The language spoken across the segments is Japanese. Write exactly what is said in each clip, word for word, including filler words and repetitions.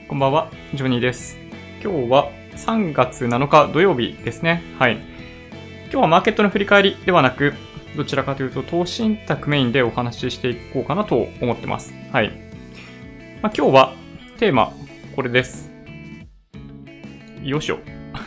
こんばんは、ジョニーです。今日はさんがつなのか土曜日ですね。はい。今日はマーケットの振り返りではなく、どちらかというと投資信託メインでお話ししていこうかなと思ってます。はい。まあ、今日はテーマ、これです。よいしょ。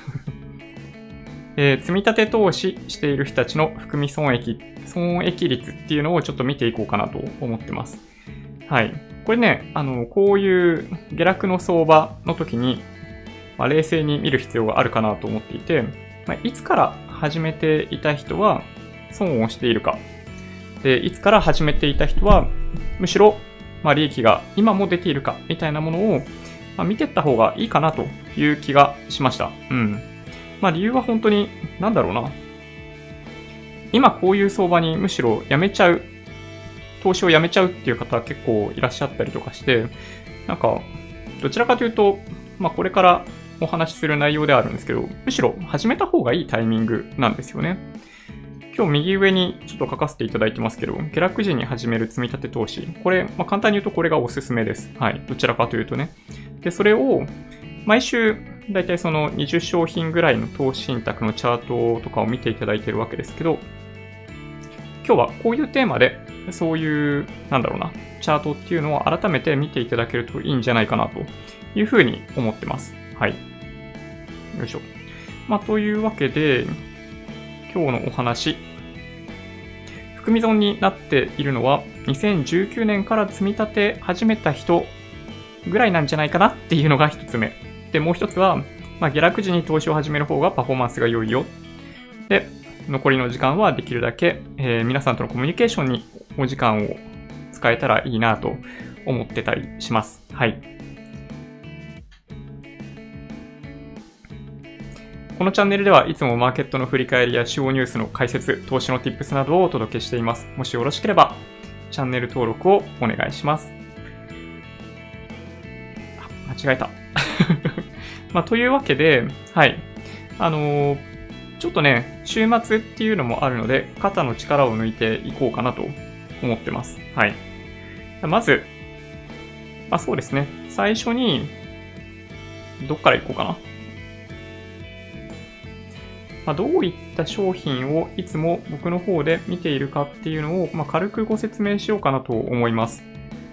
えー、積み立て投資している人たちの含み損益、損益率っていうのをちょっと見ていこうかなと思ってます。はい。これね、あの、こういう下落の相場の時に、まあ、冷静に見る必要があるかなと思っていて、まあ、いつから始めていた人は損をしているか。で、いつから始めていた人は、むしろ、まあ、利益が今も出ているか、みたいなものを、まあ、見ていった方がいいかなという気がしました。うん。まあ、理由は本当に、なんだろうな。今こういう相場にむしろやめちゃう。投資をやめちゃうっていう方結構いらっしゃったりとかして、なんか、どちらかというと、まあこれからお話しする内容ではあるんですけど、むしろ始めた方がいいタイミングなんですよね。今日右上にちょっと書かせていただいてますけど、下落時に始める積み立て投資。これ、まあ簡単に言うとこれがおすすめです。はい。どちらかというとね。で、それを毎週、だいたいそのにじゅう商品ぐらいの投資信託のチャートとかを見ていただいているわけですけど、今日はこういうテーマで、そういう、なんだろうな、チャートっていうのを改めて見ていただけるといいんじゃないかなというふうに思ってます。はい。よいしょ。まあ、というわけで、今日のお話、含み損になっているのは、にせんじゅうきゅうねんから積み立て始めた人ぐらいなんじゃないかなっていうのが一つ目。で、もう一つは、まあ、下落時に投資を始める方がパフォーマンスが良いよ。で、残りの時間はできるだけ、えー、皆さんとのコミュニケーションにお時間を使えたらいいなと思ってたりします。はい。このチャンネルではいつもマーケットの振り返りや主要ニュースの解説、投資の Tips などをお届けしています。もしよろしければチャンネル登録をお願いします。あ、間違えた。まあ、というわけで、はい。あのーちょっとね、週末っていうのもあるので、肩の力を抜いていこうかなと思ってます。はい。まず、まあそうですね。最初に、どっから行こうかな。まあ、どういった商品をいつも僕の方で見ているかっていうのを、まあ、軽くご説明しようかなと思います。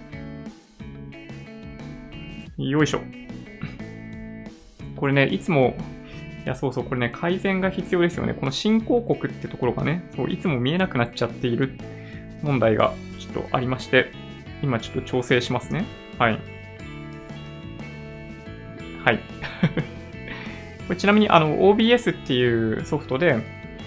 よいしょ。これね、いつも、いや、そうそう、これね、改善が必要ですよね。この新広告ってところがね、そういつも見えなくなっちゃっている問題がちょっとありまして、今ちょっと調整しますね。はい。はい。これちなみに、あの、オービーエス っていうソフトで、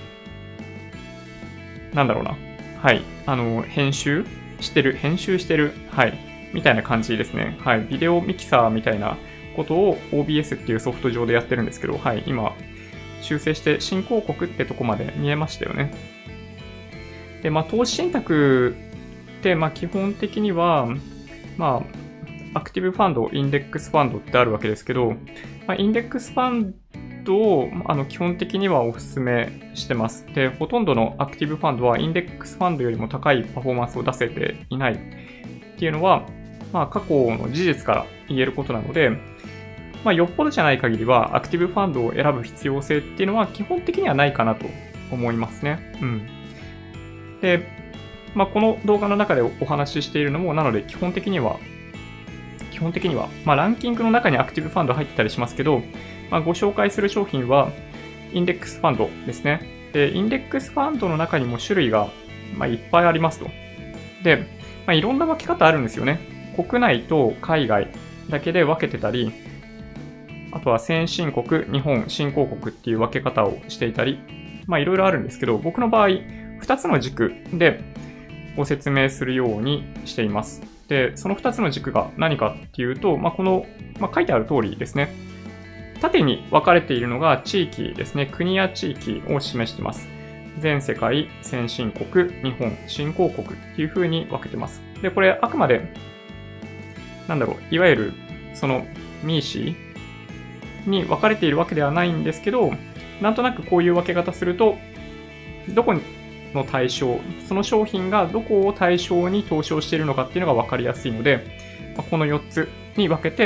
なんだろうな。はい。あの、編集してる、編集してる、はい。みたいな感じですね。はい。ビデオミキサーみたいなことを オービーエス っていうソフト上でやってるんですけど、はい、今、修正して新広告ってとこまで見えましたよね。で、まあ、投資信託って、まあ、基本的には、まあ、アクティブファンド、インデックスファンドってあるわけですけど、まあ、インデックスファンドを、あの、基本的にはお勧めしてます。で、ほとんどのアクティブファンドはインデックスファンドよりも高いパフォーマンスを出せていないっていうのは、まあ、過去の事実から言えることなので、まあ、よっぽどじゃない限りは、アクティブファンドを選ぶ必要性っていうのは基本的にはないかなと思いますね。うん。で、まあ、この動画の中でお話ししているのも、なので基本的には、基本的には、まあ、ランキングの中にアクティブファンド入ってたりしますけど、まあ、ご紹介する商品は、インデックスファンドですね。で、インデックスファンドの中にも種類が、まあ、いっぱいありますと。で、まあ、いろんな分け方あるんですよね。国内と海外だけで分けてたり、あとは先進国、日本、新興国っていう分け方をしていたり、まあいろいろあるんですけど、僕の場合、ふたつの軸でご説明するようにしています。で、そのふたつの軸が何かっていうと、まあこの、まあ、書いてある通りですね。縦に分かれているのが地域ですね。国や地域を示しています。全世界、先進国、日本、新興国っていう風に分けてます。で、これあくまで、なんだろう、いわゆるそのミーシー、に分かれているわけではないんですけど、なんとなくこういう分け方すると、どこの対象、その商品がどこを対象に投資をしているのかっていうのが分かりやすいので、このよっつに分けて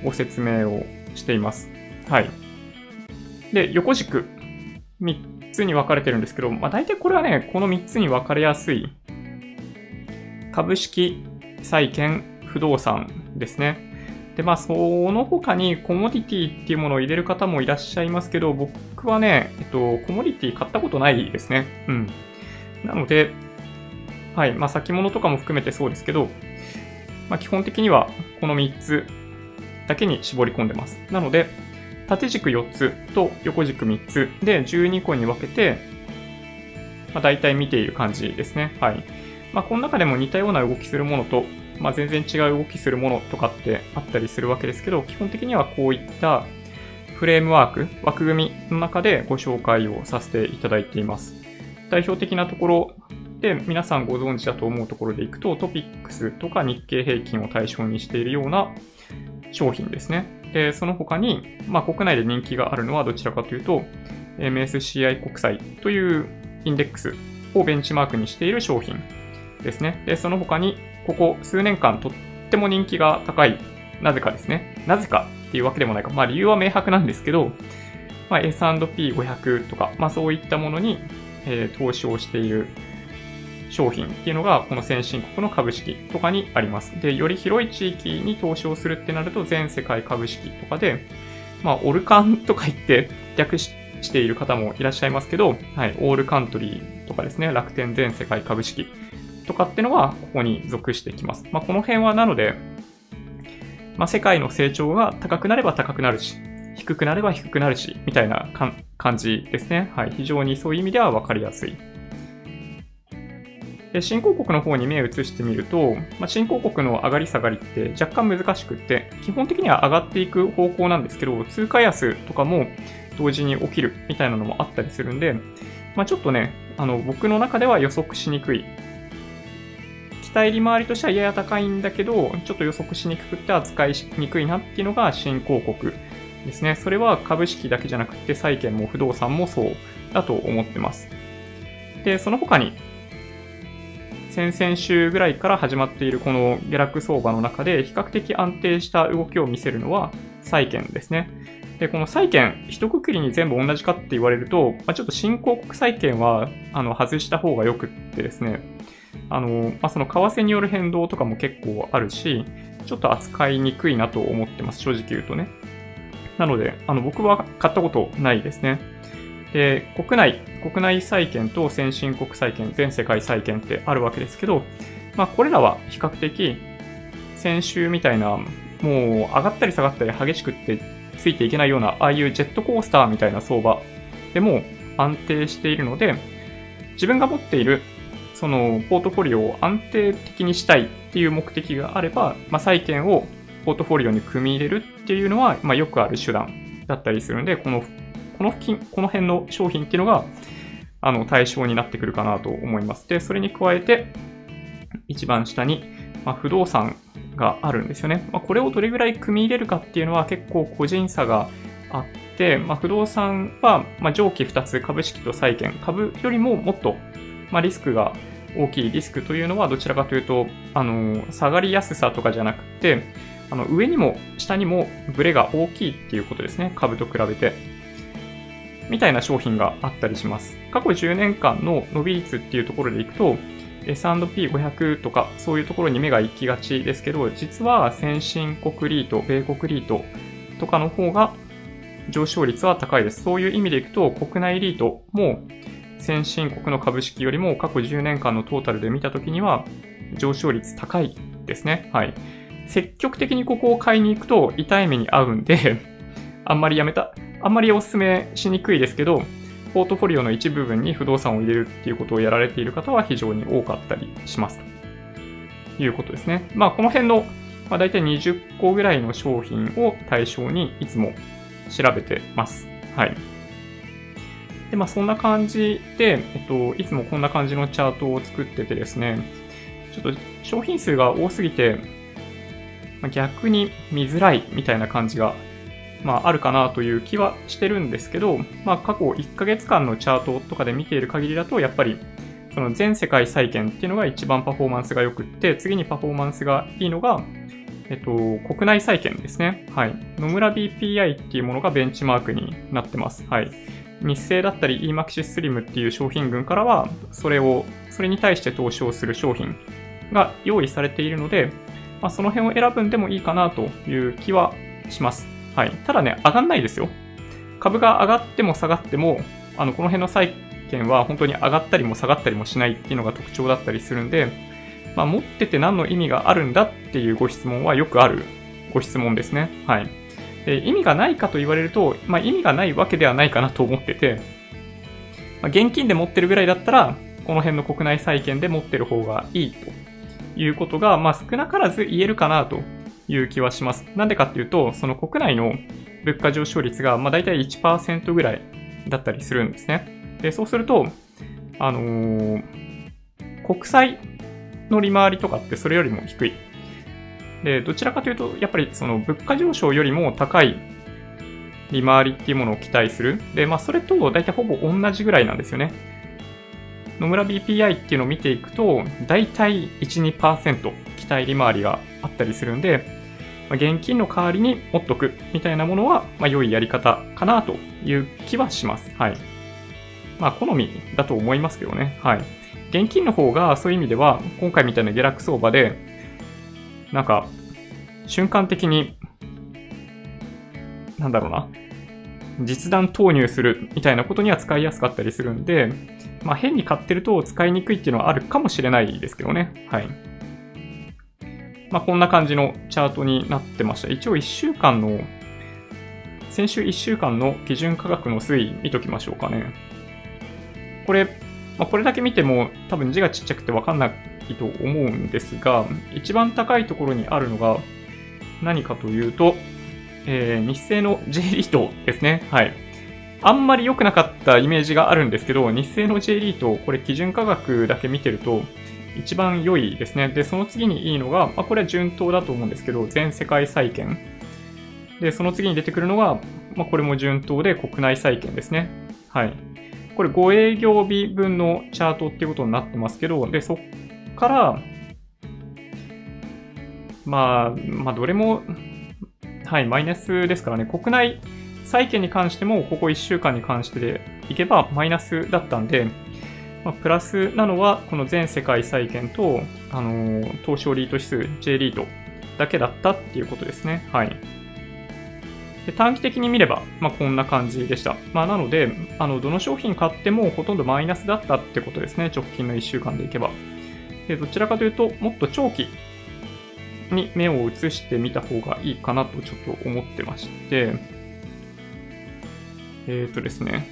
ご説明をしています。はい。で、横軸みっつに分かれてるんですけど、まあ大体これはね、このみっつに分かれやすい株式、債券、不動産ですね。で、まあ、その他にコモディティっていうものを入れる方もいらっしゃいますけど、僕はね、えっと、コモディティ買ったことないですね。うん。なので、はい、まあ、先物とかも含めてそうですけど、まあ、基本的にはこのみっつだけに絞り込んでます。なので、縦軸よっつと横軸みっつでじゅうにこに分けて、まあ、大体見ている感じですね。はい。まあ、この中でも似たような動きするものと、まあ、全然違う動きするものとかってあったりするわけですけど、基本的にはこういったフレームワーク、枠組みの中でご紹介をさせていただいています。代表的なところで皆さんご存知だと思うところでいくと、トピックスとか日経平均を対象にしているような商品ですね。で、その他に、まあ、国内で人気があるのはどちらかというと、エムエスシーアイ 国債というインデックスをベンチマークにしている商品ですね。で、その他に、ここ数年間とっても人気が高い、なぜかですね。なぜかっていうわけでもないか。まあ理由は明白なんですけど、まあ、エスアンドピーごひゃく とか、まあそういったものに、えー、投資をしている商品っていうのが、この先進国の株式とかにあります。で、より広い地域に投資をするってなると、全世界株式とかで、まあオルカンとか言って略している方もいらっしゃいますけど、はい、オールカントリーとかですね、楽天全世界株式とかってのはここに属してきます。まあ、この辺はなので、まあ、世界の成長が高くなれば高くなるし、低くなれば低くなるし、みたいな感じですね。はい。非常にそういう意味では分かりやすい。で、新興国の方に目を移してみると、まあ、新興国の上がり下がりって若干難しくって、基本的には上がっていく方向なんですけど、通貨安とかも同時に起きるみたいなのもあったりするんで、まあ、ちょっとね、あの、僕の中では予測しにくい。期待利回りとしてはやや高いんだけど、ちょっと予測しにくくて扱いしにくいなっていうのが新興国ですね。それは株式だけじゃなくて債券も不動産もそうだと思ってます。で、その他に、先々週ぐらいから始まっているこの下落相場の中で比較的安定した動きを見せるのは債券ですね。で、この債券、一括りに全部同じかって言われると、まあ、ちょっと新興国債券はあの外した方がよくってですね、あの、まあ、その為替による変動とかも結構あるし、ちょっと扱いにくいなと思ってます、正直言うとね。なので、あの僕は買ったことないですね。で、国内、国内債券と先進国債券、全世界債券ってあるわけですけど、まあこれらは比較的先週みたいな、もう上がったり下がったり激しくってついていけないような、ああいうジェットコースターみたいな相場でも安定しているので、自分が持っているそのポートフォリオを安定的にしたいっていう目的があれば、まあ、債券をポートフォリオに組み入れるっていうのは、まあ、よくある手段だったりするので、この、この付近、この辺の商品っていうのが、あの、対象になってくるかなと思います。で、それに加えて、一番下に、まあ、不動産があるんですよね。まあ、これをどれぐらい組み入れるかっていうのは結構個人差があって、まあ、不動産は、まあ、上記ふたつ、株式と債券、株よりももっと、まあ、リスクが大きいリスクというのはどちらかというと、あの、下がりやすさとかじゃなくて、あの、上にも下にもブレが大きいっていうことですね。株と比べて。みたいな商品があったりします。過去じゅうねんかんの伸び率っていうところでいくと、エスアンドピーごひゃく とかそういうところに目が行きがちですけど、実は先進国リート、米国リートとかの方が上昇率は高いです。そういう意味でいくと、国内リートも先進国の株式よりも過去じゅうねんかんのトータルで見たときには上昇率高いですね。はい。積極的にここを買いに行くと痛い目に遭うんで、あんまりやめた、あんまりお勧めしにくいですけど、ポートフォリオの一部分に不動産を入れるっていうことをやられている方は非常に多かったりしますということですね。まあこの辺の、まあ、大体にじゅっこぐらいの商品を対象にいつも調べてます。はい。で、まあそんな感じで、えっと、いつもこんな感じのチャートを作っててですね、ちょっと商品数が多すぎて、まあ、逆に見づらいみたいな感じがまあ、あるかなという気はしてるんですけど、まあ、過去いっかげつかんのチャートとかで見ている限りだと、やっぱり、その全世界債券っていうのが一番パフォーマンスが良くって、次にパフォーマンスがいいのが、 えっと、国内債券ですね。はい。野村 ビーピーアイ っていうものがベンチマークになってます。はい。日清だったり eMaxis Slim っていう商品群からは、それを、それに対して投資をする商品が用意されているので、まあ、その辺を選ぶんでもいいかなという気はします。はい。ただね、上がんないですよ。株が上がっても下がっても、あの、この辺の債券は本当に上がったりも下がったりもしないっていうのが特徴だったりするんで、まあ、持ってて何の意味があるんだっていうご質問はよくあるご質問ですね。はい。で、意味がないかと言われると、まあ、意味がないわけではないかなと思ってて、まあ、現金で持ってるぐらいだったら、この辺の国内債券で持ってる方がいいということが、まあ、少なからず言えるかなという気はします。なんでかっていうと、その国内の物価上昇率が、まあ、大体 いちパーセント ぐらいだったりするんですね。で、そうすると、あのー、国債の利回りとかってそれよりも低い。で、どちらかというと、やっぱりその物価上昇よりも高い利回りっていうものを期待する。で、まあそれと大体ほぼ同じぐらいなんですよね。野村 ビーピーアイ っていうのを見ていくと、大体いち、にパーセント 期待利回りがあったりするんで、まあ、現金の代わりに持っとくみたいなものは、まあ良いやり方かなという気はします。はい。まあ好みだと思いますけどね。はい。現金の方がそういう意味では、今回みたいな下落相場で、なんか、瞬間的に、なんだろうな、実弾投入するみたいなことには使いやすかったりするんで、まあ変に買ってると使いにくいっていうのはあるかもしれないですけどね。はい。まあこんな感じのチャートになってました。一応いっしゅうかんの、先週いっしゅうかんの基準価格の推移見ときましょうかね。これ、まあ、これだけ見ても多分字がちっちゃくてわかんないと思うんですが、一番高いところにあるのが何かというと、えー、日清の J リートですね。はい。あんまり良くなかったイメージがあるんですけど、日清の J リート、これ基準価格だけ見てると一番良いですね。で、その次にいいのが、まあ、これは順当だと思うんですけど、全世界債券。で、その次に出てくるのが、まあ、これも順当で国内債券ですね。はい。これご営業日分のチャートっていうことになってますけど、で、そっから、まあ、まあ、どれも、はい、マイナスですからね、国内債券に関しても、ここいっしゅうかんに関してでいけばマイナスだったんで、まあ、プラスなのは、この全世界債券と、あのー、東証リート指数、J リートだけだったっていうことですね。はい。で短期的に見れば、まあ、こんな感じでした。まあ、なので、あの、どの商品買ってもほとんどマイナスだったってことですね。直近のいっしゅうかんでいけば。で、どちらかというと、もっと長期に目を移してみた方がいいかなとちょっと思ってまして、えっとですね。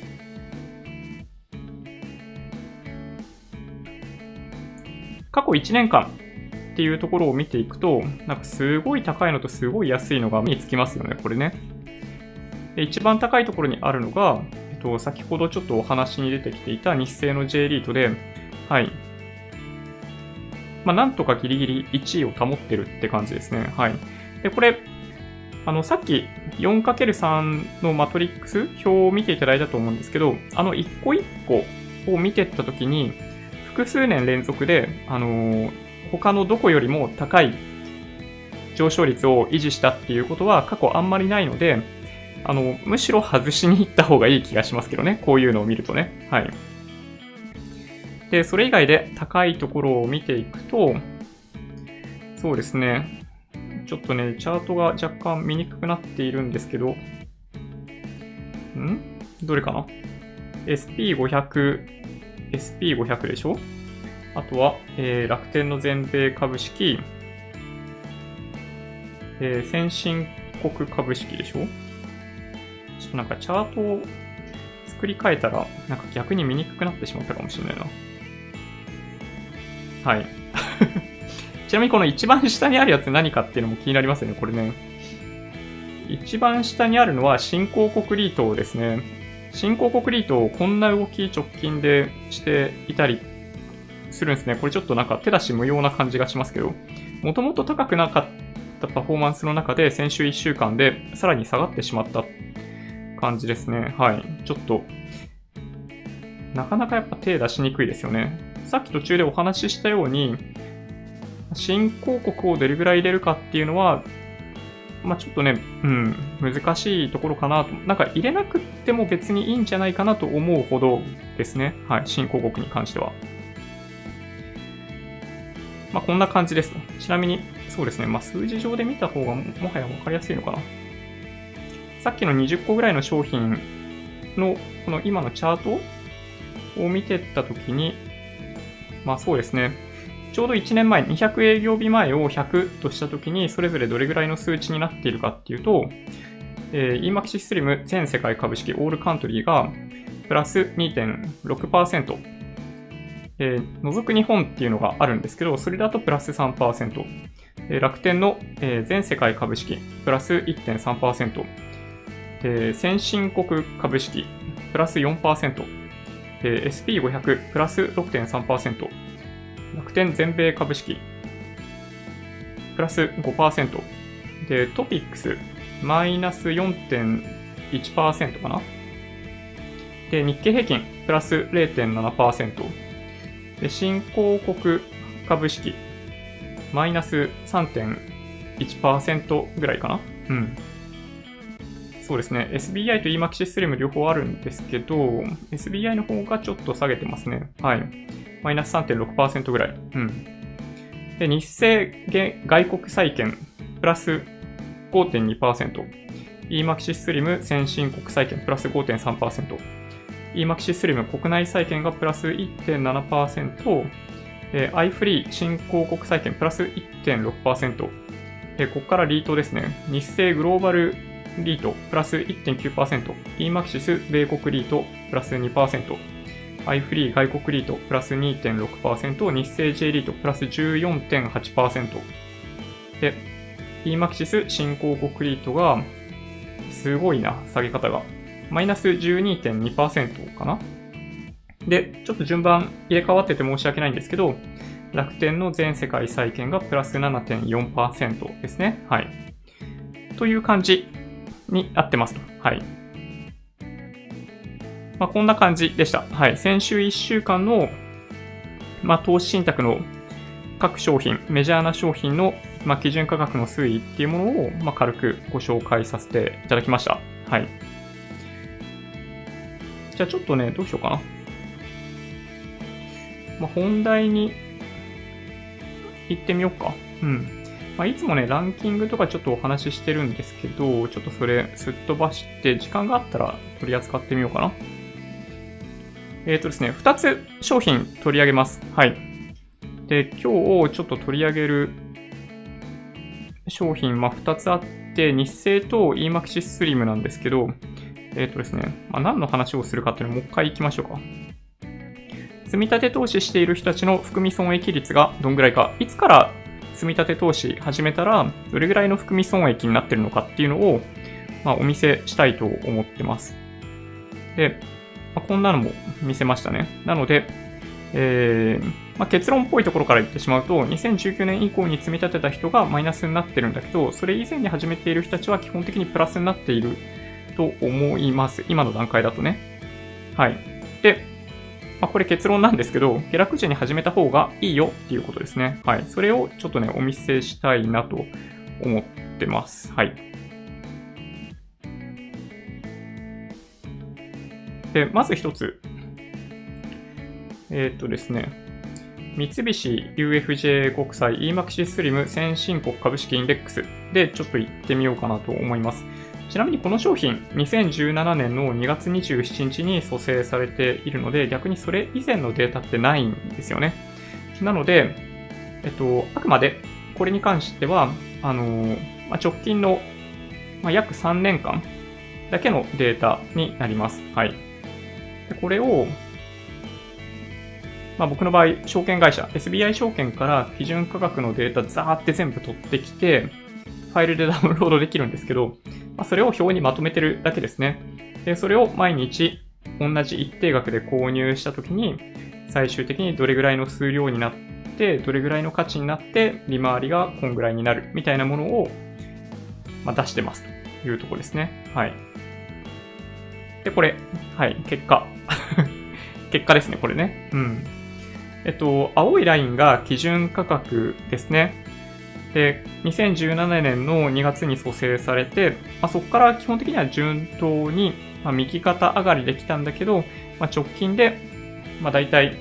過去いちねんかんっていうところを見ていくと、なんかすごい高いのとすごい安いのが目につきますよね、これね。で一番高いところにあるのが、えっと、先ほどちょっとお話に出てきていた日清の J リートで、はい。まあ、なんとかギリギリいちいを保ってるって感じですね。はい。で、これ、あの、さっき よんかけるさん のマトリックス表を見ていただいたと思うんですけど、あの一個一個を見ていったときに、複数年連続で、あのー、他のどこよりも高い上昇率を維持したっていうことは過去あんまりないので、あの、むしろ外しに行った方がいい気がしますけどね。こういうのを見るとね。はい。で、それ以外で高いところを見ていくと、そうですね。ちょっとね、チャートが若干見にくくなっているんですけど、んどれかな エスピーごひゃく、エスピーごひゃく でしょあとは、えー、楽天の全米株式、えー、先進国株式でしょちょっとなんかチャートを作り変えたら、なんか逆に見にくくなってしまったかもしれないな。はい。ちなみにこの一番下にあるやつ何かっていうのも気になりますよね、これね。一番下にあるのは新興国リートですね。新興国リート、こんな動き直近でしていたりするんですね。これちょっとなんか手出し無用な感じがしますけど、もともと高くなかったパフォーマンスの中で先週いっしゅうかんでさらに下がってしまった感じですね。はい。ちょっと、なかなかやっぱ手出しにくいですよね。さっき途中でお話ししたように、 新広告をどれぐらい入れるかっていうのは、まあちょっとね、うん、難しいところかなと。なんか入れなくっても別にいいんじゃないかなと思うほどですね。はい、新広告に関しては。まあこんな感じですと。ちなみに、そうですね、まあ数字上で見た方が も, もはや分かりやすいのかな。さっきのにじゅっこぐらいの商品の、この今のチャートを見てったときに、まあそうですね、ちょうどいちねんまえ、にひゃく営業日前をひゃくとしたときに、それぞれどれぐらいの数値になっているかっていうと、えー、イーマキシスリム全世界株式オールカントリーがプラス にてんろくパーセント、えー、除く日本っていうのがあるんですけど、それだとプラス さんパーセント、えー、楽天の、えー、全世界株式プラス いってんさんパーセント、えー、先進国株式プラス よんパーセント、えー、エスピーごひゃく プラス ろくてんさんパーセント、楽天全米株式プラス ごパーセント、で、トピックスマイナス よんてんいちパーセント かな。で、日経平均プラス れいてんななパーセント、で、新興国株式マイナス さんてんいちパーセント ぐらいかな。うん。そうですね。エスビーアイ と イーマキシスリム両方あるんですけど、エスビーアイ の方がちょっと下げてますね。はい。マイナス さんてんろくパーセント ぐらい。うん。で、日清外国債券プラス ごてんにパーセント。イーマキシスリム先進国債券プラス ごてんさんパーセント。イーマキシスリム国内債券がプラス いってんななパーセント。えー、アイフリー新興国債券プラス いってんろくパーセント。えー、ここからリートですね。日清グローバルリートプラス いってんきゅうパーセント。イーマキシス米国リートプラス にパーセント。アイフリー外国リートプラス にてんろくパーセント。日清 J リートプラス じゅうよんてんはちパーセント。で、イーマキシス新興国リートがすごいな、下げ方が。マイナス じゅうにてんにパーセント かな。で、ちょっと順番入れ替わってて申し訳ないんですけど、楽天の全世界債券がプラス ななてんよんパーセント ですね。はい。という感じになってますと。はい。まあ、こんな感じでした。はい。先週いっしゅうかんの、まあ、投資信託の各商品、メジャーな商品の、まあ、基準価格の推移っていうものを、まあ、軽くご紹介させていただきました。はい。じゃあちょっとね、どうしようかな。まあ、本題に行ってみようか。うん。まあ、いつもね、ランキングとかちょっとお話ししてるんですけど、ちょっとそれすっ飛ばして、時間があったら取り扱ってみようかな。えっとですね、ふたつ商品取り上げます。はい。で、今日ちょっと取り上げる商品、まあ、ふたつあって、日清と イーマキシスリムなんですけど、えっとですね、まあ、何の話をするかっていうのをもう一回行きましょうか。積み立て投資している人たちの含み損益率がどんぐらいか、いつから積み立て投資始めたらどれぐらいの含み損益になっているのかっていうのを、まあ、お見せしたいと思ってます。で、まあ、こんなのも見せましたね。なので、えーまあ、結論っぽいところから言ってしまうと、にせんじゅうきゅうねん以降に積み立てた人がマイナスになってるんだけど、それ以前に始めている人たちは基本的にプラスになっていると思います。今の段階だとね。はい。で、まあ、これ結論なんですけど、下落時に始めた方がいいよっていうことですね。はい。それをちょっとね、お見せしたいなと思ってます。はい。で、まず一つ。えー、っとですね。三菱 ユーエフジェー 国債 イーマキシスリム先進国株式インデックスでちょっと行ってみようかなと思います。ちなみにこの商品、にせんじゅうななねんのにがつにじゅうしちにちに蘇生されているので、逆にそれ以前のデータってないんですよね。なので、えっと、あくまでこれに関しては、あの、まあ、直近の、まあ、約さんねんかんだけのデータになります。はい。でこれを、まあ、僕の場合、証券会社、エスビーアイ 証券から基準価格のデータザーって全部取ってきて、ファイルでダウンロードできるんですけど、まあ、それを表にまとめてるだけですね。で、それを毎日同じ一定額で購入したときに、最終的にどれぐらいの数量になって、どれぐらいの価値になって、利回りがこんぐらいになるみたいなものを、まあ、出してますというところですね。はい。で、これ、はい、結果。結果ですね、これね。うん。 えっと、青いラインが基準価格ですね。で、にせんじゅうななねんのにがつに蘇生されて、まあ、そこから基本的には順当に、まあ、右肩上がりできたんだけど、まあ、直近で、まあ、大体、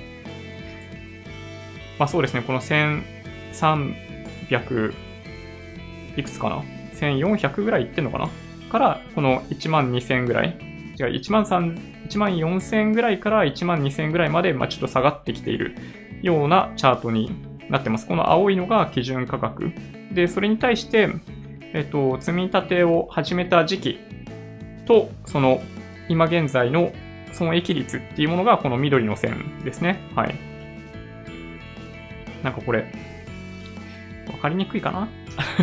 まあそうですね、このせんさんびゃく、いくつかな ?せんよんひゃく ぐらいいってんのかなから、このいちまんにせんぐらい。違う、いちまんよんせんぐらいからいちまんにせんぐらいまで、まあちょっと下がってきているようなチャートになってます。この青いのが基準価格。で、それに対して、えっと、積み立てを始めた時期と、その、今現在の損益率っていうものがこの緑の線ですね。はい。なんかこれ、わかりにくいかな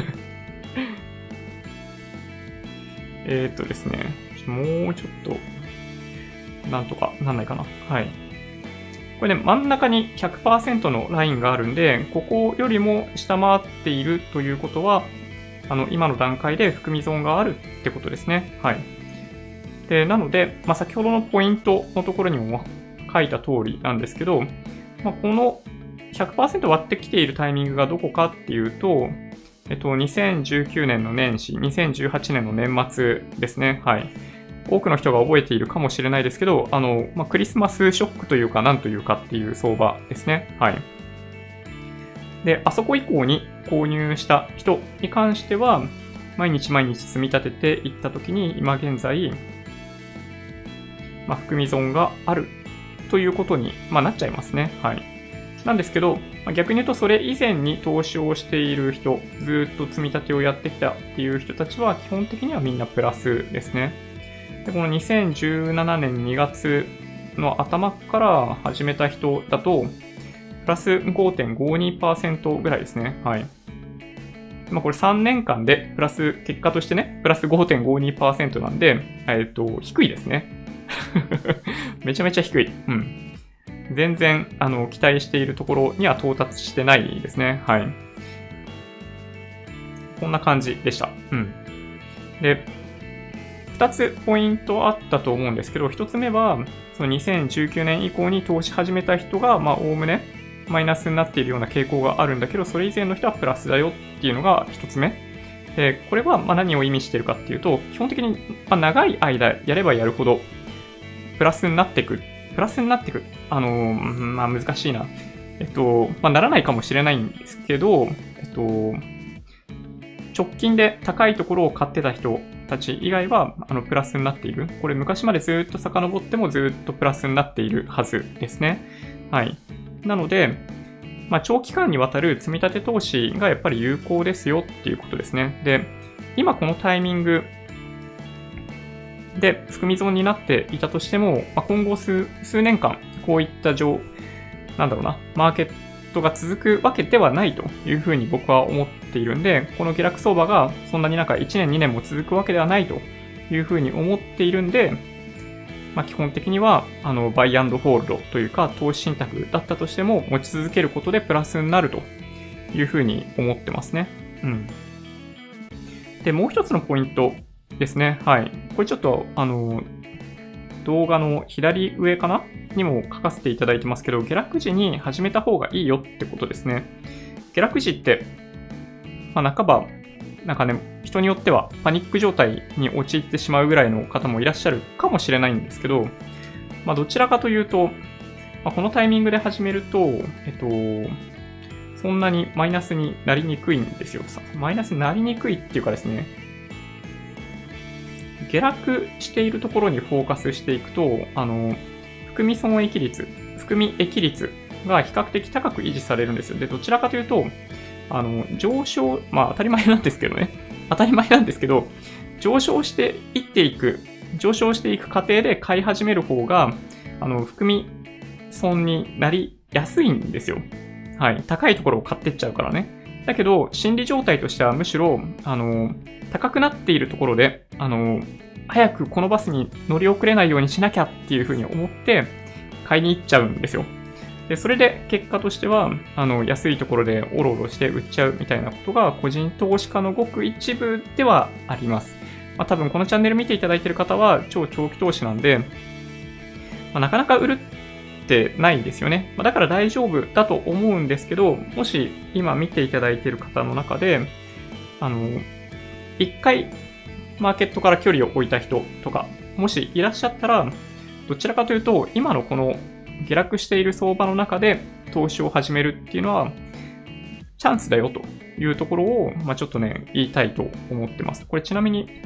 えっとですね、もうちょっと、なんとかなんないかな。はい。これね、真ん中に ひゃくパーセント のラインがあるんで、ここよりも下回っているということは、あの、今の段階で含み損があるってことですね。はい。で、なので、まあ、先ほどのポイントのところにも書いた通りなんですけど、まあ、この ひゃくパーセント 割ってきているタイミングがどこかっていうと、えっと、にせんじゅうきゅうねんの年始、にせんじゅうはちねんの年末ですね。はい。多くの人が覚えているかもしれないですけど、あの、まあ、クリスマスショックというか、なんというかっていう相場ですね。はい。で、あそこ以降に購入した人に関しては、毎日毎日積み立てていったときに、今現在、まあ、含み損があるということに、まあ、なっちゃいますね。はい。なんですけど、まあ、逆に言うとそれ以前に投資をしている人、ずっと積み立てをやってきたっていう人たちは、基本的にはみんなプラスですね。で、このにせんじゅうななねんにがつの頭から始めた人だと、プラス ごてんごにパーセント ぐらいですね。はい。まあこれさんねんかんで、プラス、結果としてね、プラス ごてんごにパーセント なんで、えっと、低いですね。めちゃめちゃ低い。うん。全然、あの、期待しているところには到達してないですね。はい。こんな感じでした。うん。で、二つポイントあったと思うんですけど、一つ目は、そのにせんじゅうきゅうねん以降に投資始めた人が、まあ、おおむねマイナスになっているような傾向があるんだけど、それ以前の人はプラスだよっていうのが一つ目。で、これはまあ何を意味しているかっていうと、基本的にまあ長い間やればやるほど、プラスになっていく。プラスになっていく。あのー、まあ難しいな。えっと、まあならないかもしれないんですけど、えっと、直近で高いところを買ってた人たち以外は、あの、プラスになっている。これ昔までずっと遡ってもずっとプラスになっているはずですね。はい。なので、まあ、長期間にわたる積み立て投資がやっぱり有効ですよっていうことですね。で、今このタイミングで含み損になっていたとしても、まあ、今後 数, 数年間、こういった状、なんだろうな、マーケットが続くわけではないというふうに僕は思っているんで、この下落相場がそんなになんかいちねんにねんも続くわけではないというふうに思っているんで、まあ、基本的にはあのバイアンドホールドというか投資信託だったとしても持ち続けることでプラスになるというふうに思ってますね。うん。で、もう一つのポイントですね。はい。これちょっとあの動画の左上かなにも書かせていただいてますけど、下落時に始めた方がいいよってことですね。下落時って、まあ、半ば、なんかね、人によってはパニック状態に陥ってしまうぐらいの方もいらっしゃるかもしれないんですけど、まあ、どちらかというと、まあ、このタイミングで始めると、えっと、そんなにマイナスになりにくいんですよ。マイナスになりにくいっていうかですね、下落しているところにフォーカスしていくと、あの、含み損益率、含み益率が比較的高く維持されるんですよ。で、どちらかというと、あの、上昇、まあ当たり前なんですけどね。当たり前なんですけど、上昇していっていく、上昇していく過程で買い始める方が、あの、含み損になりやすいんですよ。はい。高いところを買ってっちゃうからね。だけど、心理状態としてはむしろ、あの、高くなっているところで、あの、早くこのバスに乗り遅れないようにしなきゃっていうふうに思って、買いに行っちゃうんですよ。で、それで結果としては、あの、安いところでオロオロして売っちゃうみたいなことが個人投資家のごく一部ではあります。まあ多分このチャンネル見ていただいている方は超長期投資なんで、まあ、なかなか売るってないですよね。だから大丈夫だと思うんですけど、もし今見ていただいている方の中で、あの、一回マーケットから距離を置いた人とか、もしいらっしゃったら、どちらかというと、今のこの下落している相場の中で投資を始めるっていうのは、チャンスだよというところを、まあ、ちょっとね、言いたいと思ってます。これちなみに、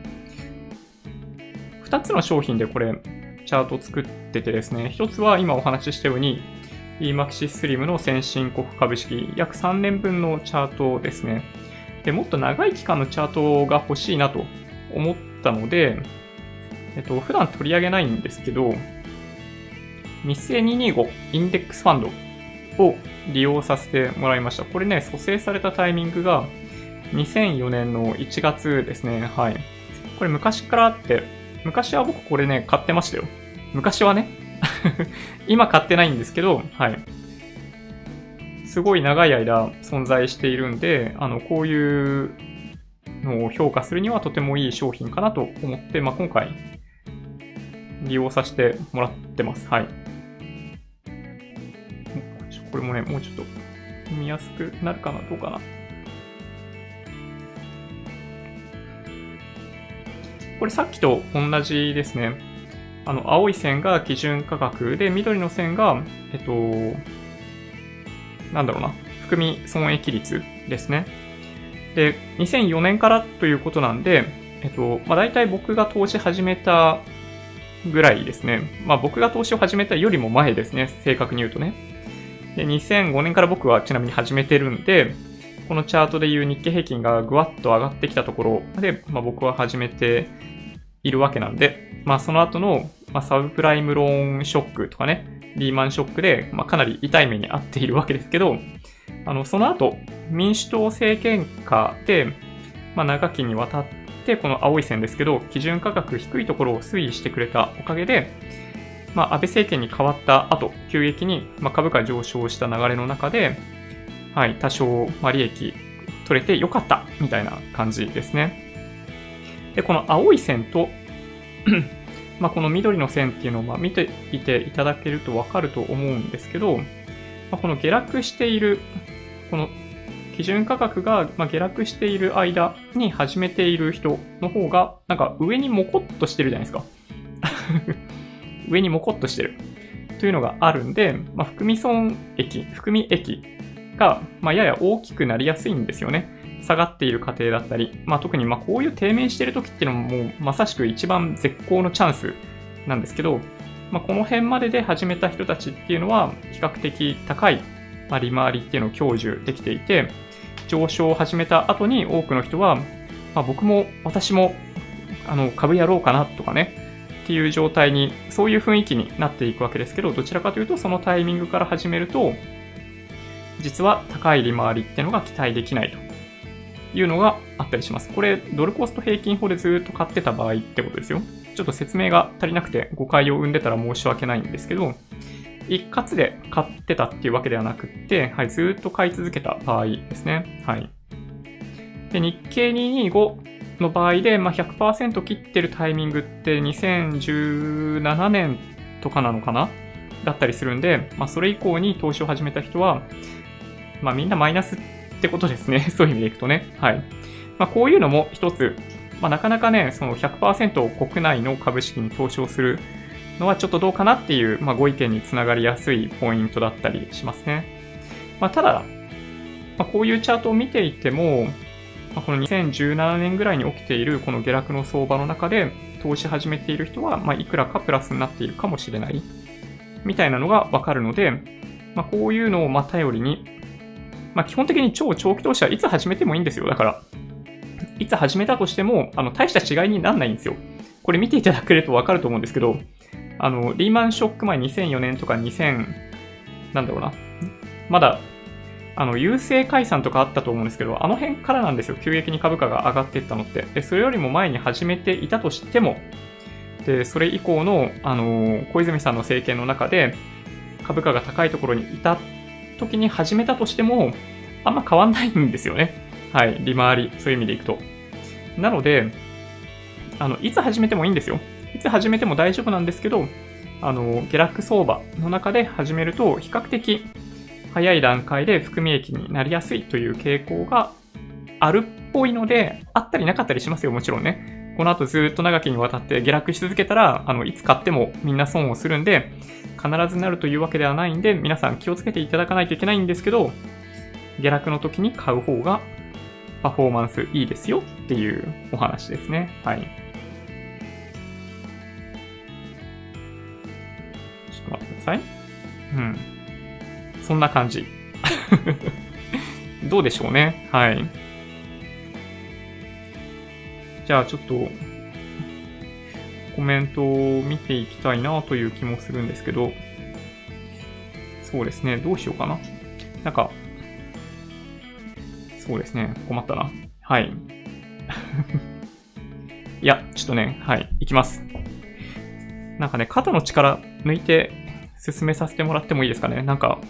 ふたつの商品でこれ、チャートを作っててですね、ひとつは今お話ししたように、イーマキシスリムの先進国株式、約さんねんぶんのチャートですね。で、もっと長い期間のチャートが欲しいなと思ったので、えっと、普段取り上げないんですけど、日清にひゃくにじゅうごインデックスファンドを利用させてもらいました。これね、蘇生されたタイミングがにせんよねんのいちがつですね。はい。これ昔からあって、昔は僕これね、買ってましたよ。昔はね。今買ってないんですけど、はい。すごい長い間存在しているんで、あの、こういうのを評価するにはとてもいい商品かなと思って、まあ、今回利用させてもらってます。はい。これもね、もうちょっと見やすくなるかな、どうかな。これさっきと同じですね。あの、青い線が基準価格で、緑の線が、えっと、なんだろうな、含み損益率ですね。で、にせんよねんからということなんで、えっと、まあ、大体僕が投資始めたぐらいですね。まあ、僕が投資を始めたよりも前ですね。正確に言うとね。で、にせんごねんから僕はちなみに始めてるんで、このチャートでいう日経平均がぐわっと上がってきたところで、まあ、僕は始めているわけなんで、まあ、その後の、まあ、サブプライムローンショックとかね、リーマンショックで、まあ、かなり痛い目に遭っているわけですけど、あの、その後、民主党政権下で、まあ、長きにわたって、この青い線ですけど、基準価格低いところを推移してくれたおかげで、まあ、安倍政権に変わった後、急激に、まあ、株価上昇した流れの中で、はい、多少、まあ、利益取れてよかった、みたいな感じですね。で、この青い線と、まあ、この緑の線っていうのをまあ見ていていただけるとわかると思うんですけど、まあ、この下落している、この基準価格がまあ下落している間に始めている人の方が、なんか上にモコッとしてるじゃないですか。上にモコッとしてるというのがあるんで、まあ、含み損益、含み益がまあやや大きくなりやすいんですよね。下がっている過程だったり、まあ、特にまあこういう低迷している時っていうのももうまさしく一番絶好のチャンスなんですけど、まあ、この辺までで始めた人たちっていうのは比較的高い、まあ、利回りっていうのを享受できていて、上昇を始めた後に多くの人は、まあ、僕も私もあの株やろうかなとかねっていう状態に、そういう雰囲気になっていくわけですけど、どちらかというとそのタイミングから始めると実は高い利回りっていうのが期待できないというのがあったりします。これ、ドルコスト平均法でずっと買ってた場合ってことですよ。ちょっと説明が足りなくて誤解を生んでたら申し訳ないんですけど、一括で買ってたっていうわけではなくって、はい、ずっと買い続けた場合ですね。はい。で、日経にひゃくにじゅうごの場合で、まあ、ひゃくパーセント 切ってるタイミングってにせんじゅうななねんとかなのかなだったりするんで、まあ、それ以降に投資を始めた人は、まあ、みんなマイナスってことですね。そういう意味でいくとね。はい。まあ、こういうのも一つ、まあ、なかなかね、その ひゃくパーセント 国内の株式に投資をするのはちょっとどうかなっていう、まあ、ご意見につながりやすいポイントだったりしますね。まあ、ただ、まあ、こういうチャートを見ていても、まあ、このにせんじゅうななねんぐらいに起きているこの下落の相場の中で投資始めている人は、まあ、いくらかプラスになっているかもしれないみたいなのがわかるので、まあ、こういうのをま頼りに、まあ、基本的に超長期投資はいつ始めてもいいんですよ。だから、いつ始めたとしても、あの、大した違いにならないんですよ。これ見ていただけるとわかると思うんですけど、あの、リーマンショック前にせんよねんとかにせん、なんだろうな。まだ、あの、優勢解散とかあったと思うんですけど、あの辺からなんですよ。急激に株価が上がっていったのって。で、それよりも前に始めていたとしても、で、それ以降の、あの、小泉さんの政権の中で、株価が高いところにいた時に始めたとしても、あんま変わんないんですよね。はい。利回り。そういう意味でいくと。なので、あの、いつ始めてもいいんですよ。いつ始めても大丈夫なんですけど、 あの、下落相場の中で始めると、比較的早い段階で含み益になりやすいという傾向があるっぽいので、あったりなかったりしますよ、もちろんね。この後ずっと長きにわたって下落し続けたら、あの、いつ買ってもみんな損をするんで、必ずなるというわけではないんで、皆さん気をつけていただかないといけないんですけど、下落の時に買う方がパフォーマンスいいですよっていうお話ですね。はい。ちょっと待ってください。うん。そんな感じ。どうでしょうね。はい。じゃあちょっとコメントを見ていきたいなという気もするんですけど、そうですね。どうしようかな。なんか、そうですね。困ったな。はい。いや、ちょっとね、はい。いきます。なんかね、肩の力抜いて進めさせてもらってもいいですかね。なんか、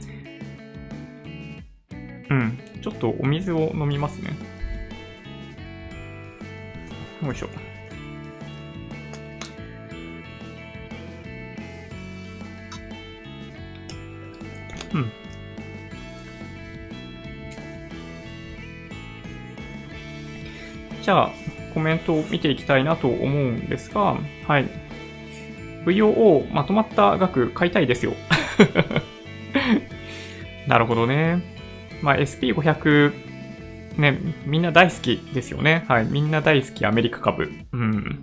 うん。ちょっとお水を飲みますね。よいしょ。うん。じゃあ、コメントを見ていきたいなと思うんですが、はい。ブイオーオー まとまった額買いたいですよ。なるほどね。まあ、エスピーごひゃく、ね、みんな大好きですよね。はい。みんな大好きアメリカ株。うん。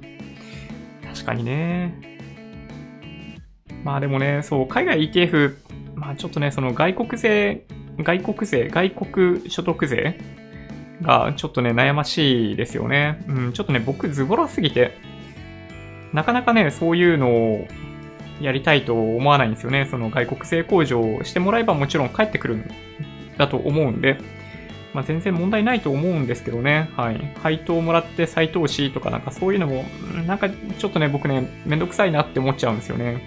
確かにね。まあでもね、そう、海外 イーティーエフ、まあちょっとね、その外国税、外国税、外国所得税がちょっとね、悩ましいですよね。うん、ちょっとね、僕ズボラすぎて、なかなかね、そういうのをやりたいと思わないんですよね。その外国税控除をしてもらえばもちろん返ってくるんだと思うんで、まあ、全然問題ないと思うんですけどね。はい。配当をもらって再投資とかなんかそういうのも、なんかちょっとね、僕ね、めんどくさいなって思っちゃうんですよね。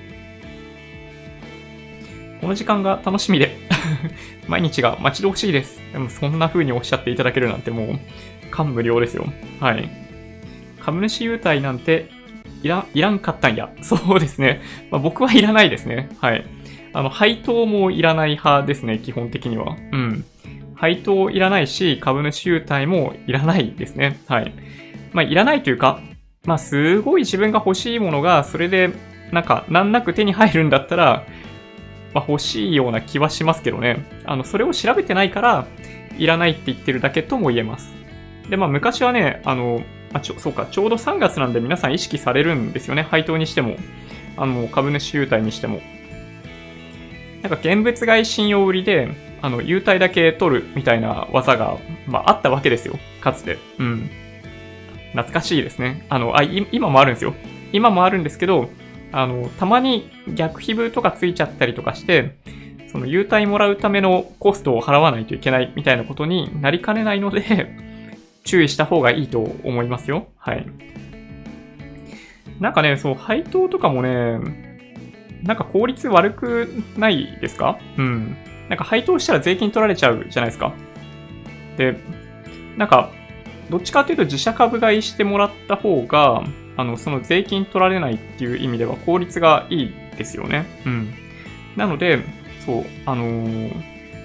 この時間が楽しみで、毎日が待ち遠しいです。でもそんな風におっしゃっていただけるなんてもう、感無量ですよ。はい。株主優待なんて、いら、いらんかったんや。そうですね。まあ、僕はいらないですね。はい。あの、配当もいらない派ですね、基本的には。うん。配当いらないし、株主優待もいらないですね。はい。まあ、いらないというか、まあ、すごい自分が欲しいものが、それで、なんか、難なく手に入るんだったら、まあ、欲しいような気はしますけどね。あの、それを調べてないから、いらないって言ってるだけとも言えます。で、まあ、昔はね、あの、あ、ちょ、そうか、ちょうどさんがつなんで皆さん意識されるんですよね。配当にしても、あの、株主優待にしても。なんか、現物買い信用売りで、あの、優待だけ取るみたいな技が、まあ、あったわけですよ。かつて。うん。懐かしいですね。あの、あ、今もあるんですよ。今もあるんですけど、あの、たまに逆皮膚とかついちゃったりとかして、その優待もらうためのコストを払わないといけないみたいなことになりかねないので、注意した方がいいと思いますよ。はい。なんかね、そう、配当とかもね、なんか効率悪くないですか？うん。なんか配当したら税金取られちゃうじゃないですか。で、なんか、どっちかというと自社株買いしてもらった方が、あの、その税金取られないっていう意味では効率がいいですよね。うん。なので、そう、あのー、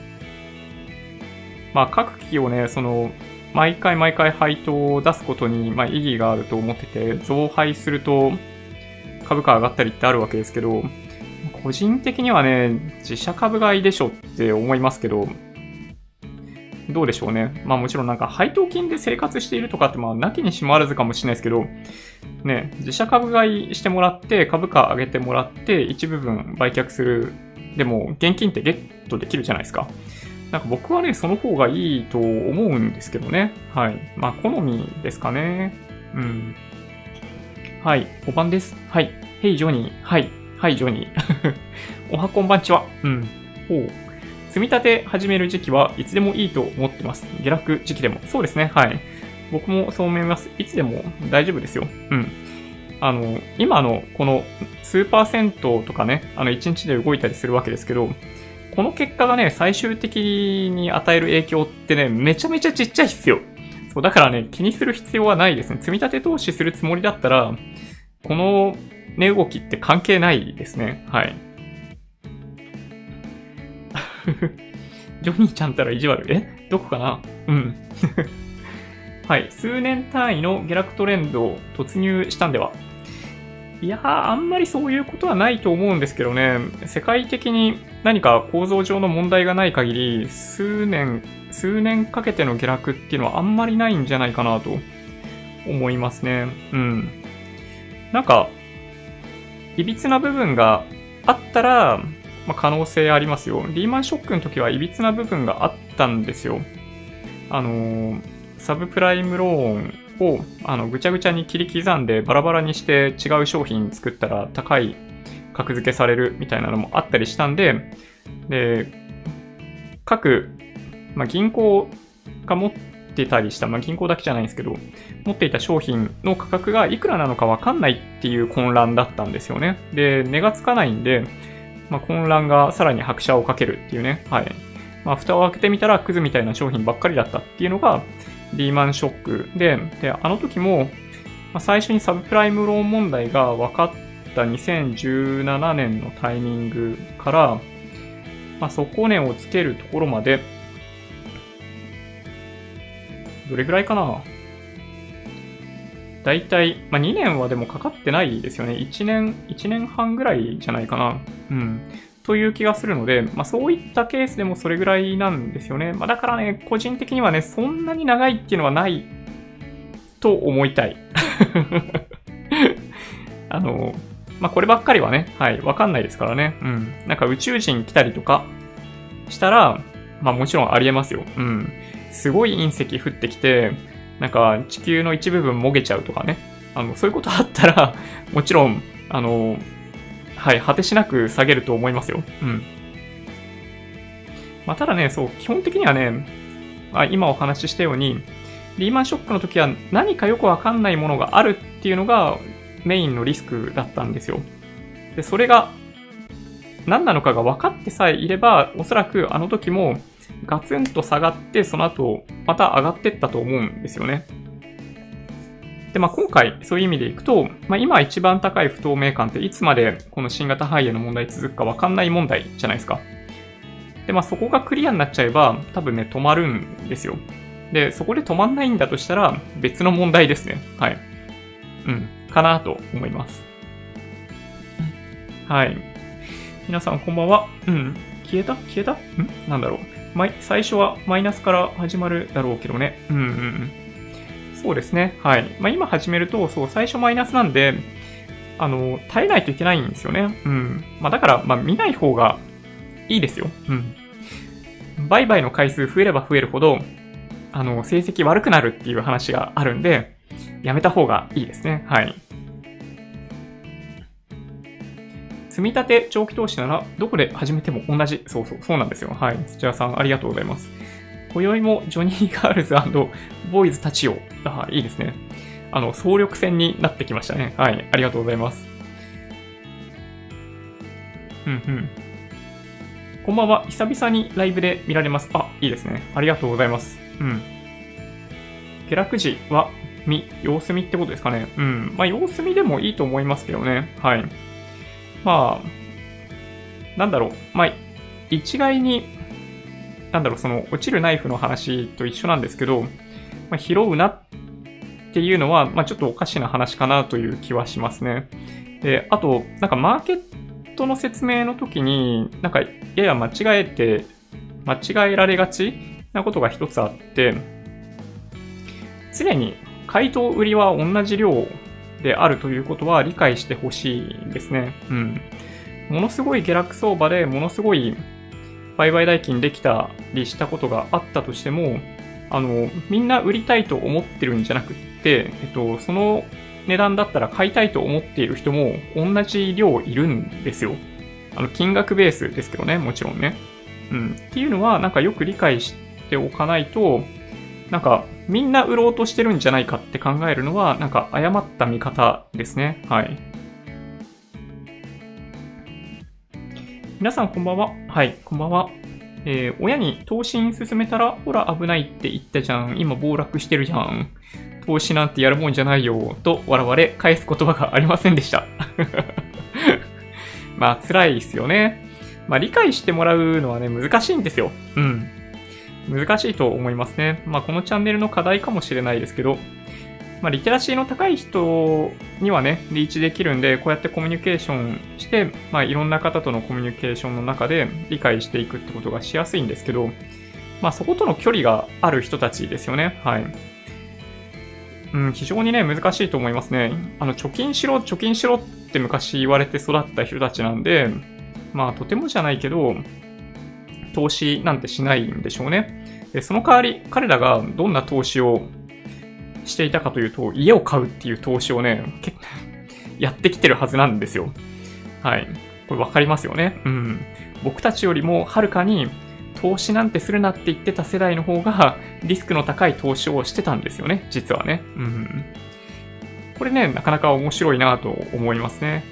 まあ、各企業ね、その、毎回毎回配当を出すことに、まあ、意義があると思ってて、増配すると株価上がったりってあるわけですけど、個人的にはね、自社株買いでしょって思いますけど、どうでしょうね。まあもちろんなんか配当金で生活しているとかってまあなきにしもあらずかもしれないですけど、ね、自社株買いしてもらって株価上げてもらって一部分売却する。でも現金ってゲットできるじゃないですか。なんか僕はね、その方がいいと思うんですけどね。はい。まあ好みですかね。うん。はい。ごばんです。はい。ヘイジョニー。はい。はい、ジョニー。おはこんばんちは。うん。ほう。積み立て始める時期はいつでもいいと思ってます。下落時期でも。そうですね。はい。僕もそう思います。いつでも大丈夫ですよ。うん。あの、今のこの数パーセントとかね、あのいちにちで動いたりするわけですけど、この結果がね、最終的に与える影響ってね、めちゃめちゃちっちゃいっすよ。そう、だからね、気にする必要はないですね。積み立て投資するつもりだったら、 この値動きって関係ないですね。はい。ジョニーちゃんたら意地悪。えどこかなうん。はい。数年単位の下落トレンドを突入したんでは。いやー、あんまりそういうことはないと思うんですけどね。世界的に何か構造上の問題がない限り、数年、数年かけての下落っていうのはあんまりないんじゃないかなと思いますね。うん。なんか、いびつな部分があったら、まあ、可能性ありますよ。リーマンショックの時はいびつな部分があったんですよ。あのー、サブプライムローンをあのぐちゃぐちゃに切り刻んでバラバラにして違う商品作ったら高い格付けされるみたいなのもあったりしたんで、で、各、まあ、銀行が持ってたりした、まあ、銀行だけじゃないんですけど、持っていた商品の価格がいくらなのかわかんないっていう混乱だったんですよね。で、値がつかないんで、まあ、混乱がさらに拍車をかけるっていうね。はい。まあ、蓋を開けてみたらクズみたいな商品ばっかりだったっていうのがリーマンショックで、で、あの時も、まあ、最初にサブプライムローン問題が分かったにせんじゅうななねんのタイミングから、まあ、底値をつけるところまで、どれぐらいかなだいたい、まあ、にねんはでもかかってないですよね。いちねん、いちねんはんぐらいじゃないかな。うん。という気がするので、まあ、そういったケースでもそれぐらいなんですよね。まあ、だからね、個人的にはね、そんなに長いっていうのはないと思いたい。あの、まあ、こればっかりはね、はい、わかんないですからね。うん。なんか宇宙人来たりとかしたら、まあもちろんありえますよ。うん。すごい隕石降ってきて、なんか地球の一部分もげちゃうとかね。あの、そういうことあったら、もちろん、あの、はい、果てしなく下げると思いますよ。うん。まあ、ただね、そう、基本的にはね、まあ、今お話ししたように、リーマンショックの時は何かよくわかんないものがあるっていうのがメインのリスクだったんですよ。で、それが何なのかが分かってさえいれば、おそらくあの時もガツンと下がって、その後また上がってったと思うんですよね。で、まあ今回そういう意味でいくと、まあ今一番高い不透明感っていつまでこの新型肺炎の問題続くか分かんない問題じゃないですか。で、まあそこがクリアになっちゃえば多分ね止まるんですよ。で、そこで止まんないんだとしたら別の問題ですね。はい。うん。かなと思います。はい。皆さんこんばんは。うん。消えた消えたんなんだろう。最初はマイナスから始まるだろうけどね。うんうんうん。そうですね。はい。まあ、今始めると、そう、最初マイナスなんで、あの、耐えないといけないんですよね。うん。まあ、だから、まあ、見ない方がいいですよ。うん。売買の回数増えれば増えるほど、あの、成績悪くなるっていう話があるんで、やめた方がいいですね。はい。積み立て長期投資なら、どこで始めても同じ。そうそう、そうなんですよ。はい。土屋さん、ありがとうございます。今宵もジョニーガールズ&ボーイズたちを。あ、いいですね。あの、総力戦になってきましたね。はい。ありがとうございます。うんうん。こんばんは。久々にライブで見られます。あ、いいですね。ありがとうございます。うん。下落時は、見、様子見ってことですかね。うん。まあ、様子見でもいいと思いますけどね。はい。まあ、なんだろう。まあ、一概に、なんだろう、その、落ちるナイフの話と一緒なんですけど、まあ、拾うなっていうのは、まあ、ちょっとおかしな話かなという気はしますね。で、あと、なんかマーケットの説明の時に、なんか、やや間違えて、間違えられがちなことが一つあって、常に買いと売りは同じ量であるということは理解してほしいですね。うん。ものすごい下落相場でものすごい売買代金できたりしたことがあったとしても、あの、みんな売りたいと思ってるんじゃなくって、えっと、その値段だったら買いたいと思っている人も同じ量いるんですよ。あの、金額ベースですけどね、もちろんね。うん。っていうのは、なんかよく理解しておかないと、なんか、みんな売ろうとしてるんじゃないかって考えるのは、なんか誤った見方ですね。はい。皆さんこんばんは。はい、こんばんは。えー、親に投資に進めたら、ほら危ないって言ったじゃん。今暴落してるじゃん。 投資なんてやるもんじゃないよ、と笑われ、返す言葉がありませんでした。まあ、辛いですよね。まあ、理解してもらうのはね、難しいんですよ。うん。難しいと思いますね。まあ、このチャンネルの課題かもしれないですけど、まあ、リテラシーの高い人にはね、リーチできるんで、こうやってコミュニケーションして、まあ、いろんな方とのコミュニケーションの中で理解していくってことがしやすいんですけど、まあ、そことの距離がある人たちですよね。はい。うん、非常にね、難しいと思いますね。あの、貯金しろ、貯金しろって昔言われて育った人たちなんで、まあ、とてもじゃないけど、投資なんてしないんでしょうね。で、その代わり、彼らがどんな投資をしていたかというと、家を買うっていう投資をね、やってきてるはずなんですよ。はい。これわかりますよね。うん。僕たちよりもはるかに投資なんてするなって言ってた世代の方がリスクの高い投資をしてたんですよね。実はね。うん。これね、なかなか面白いなと思いますね。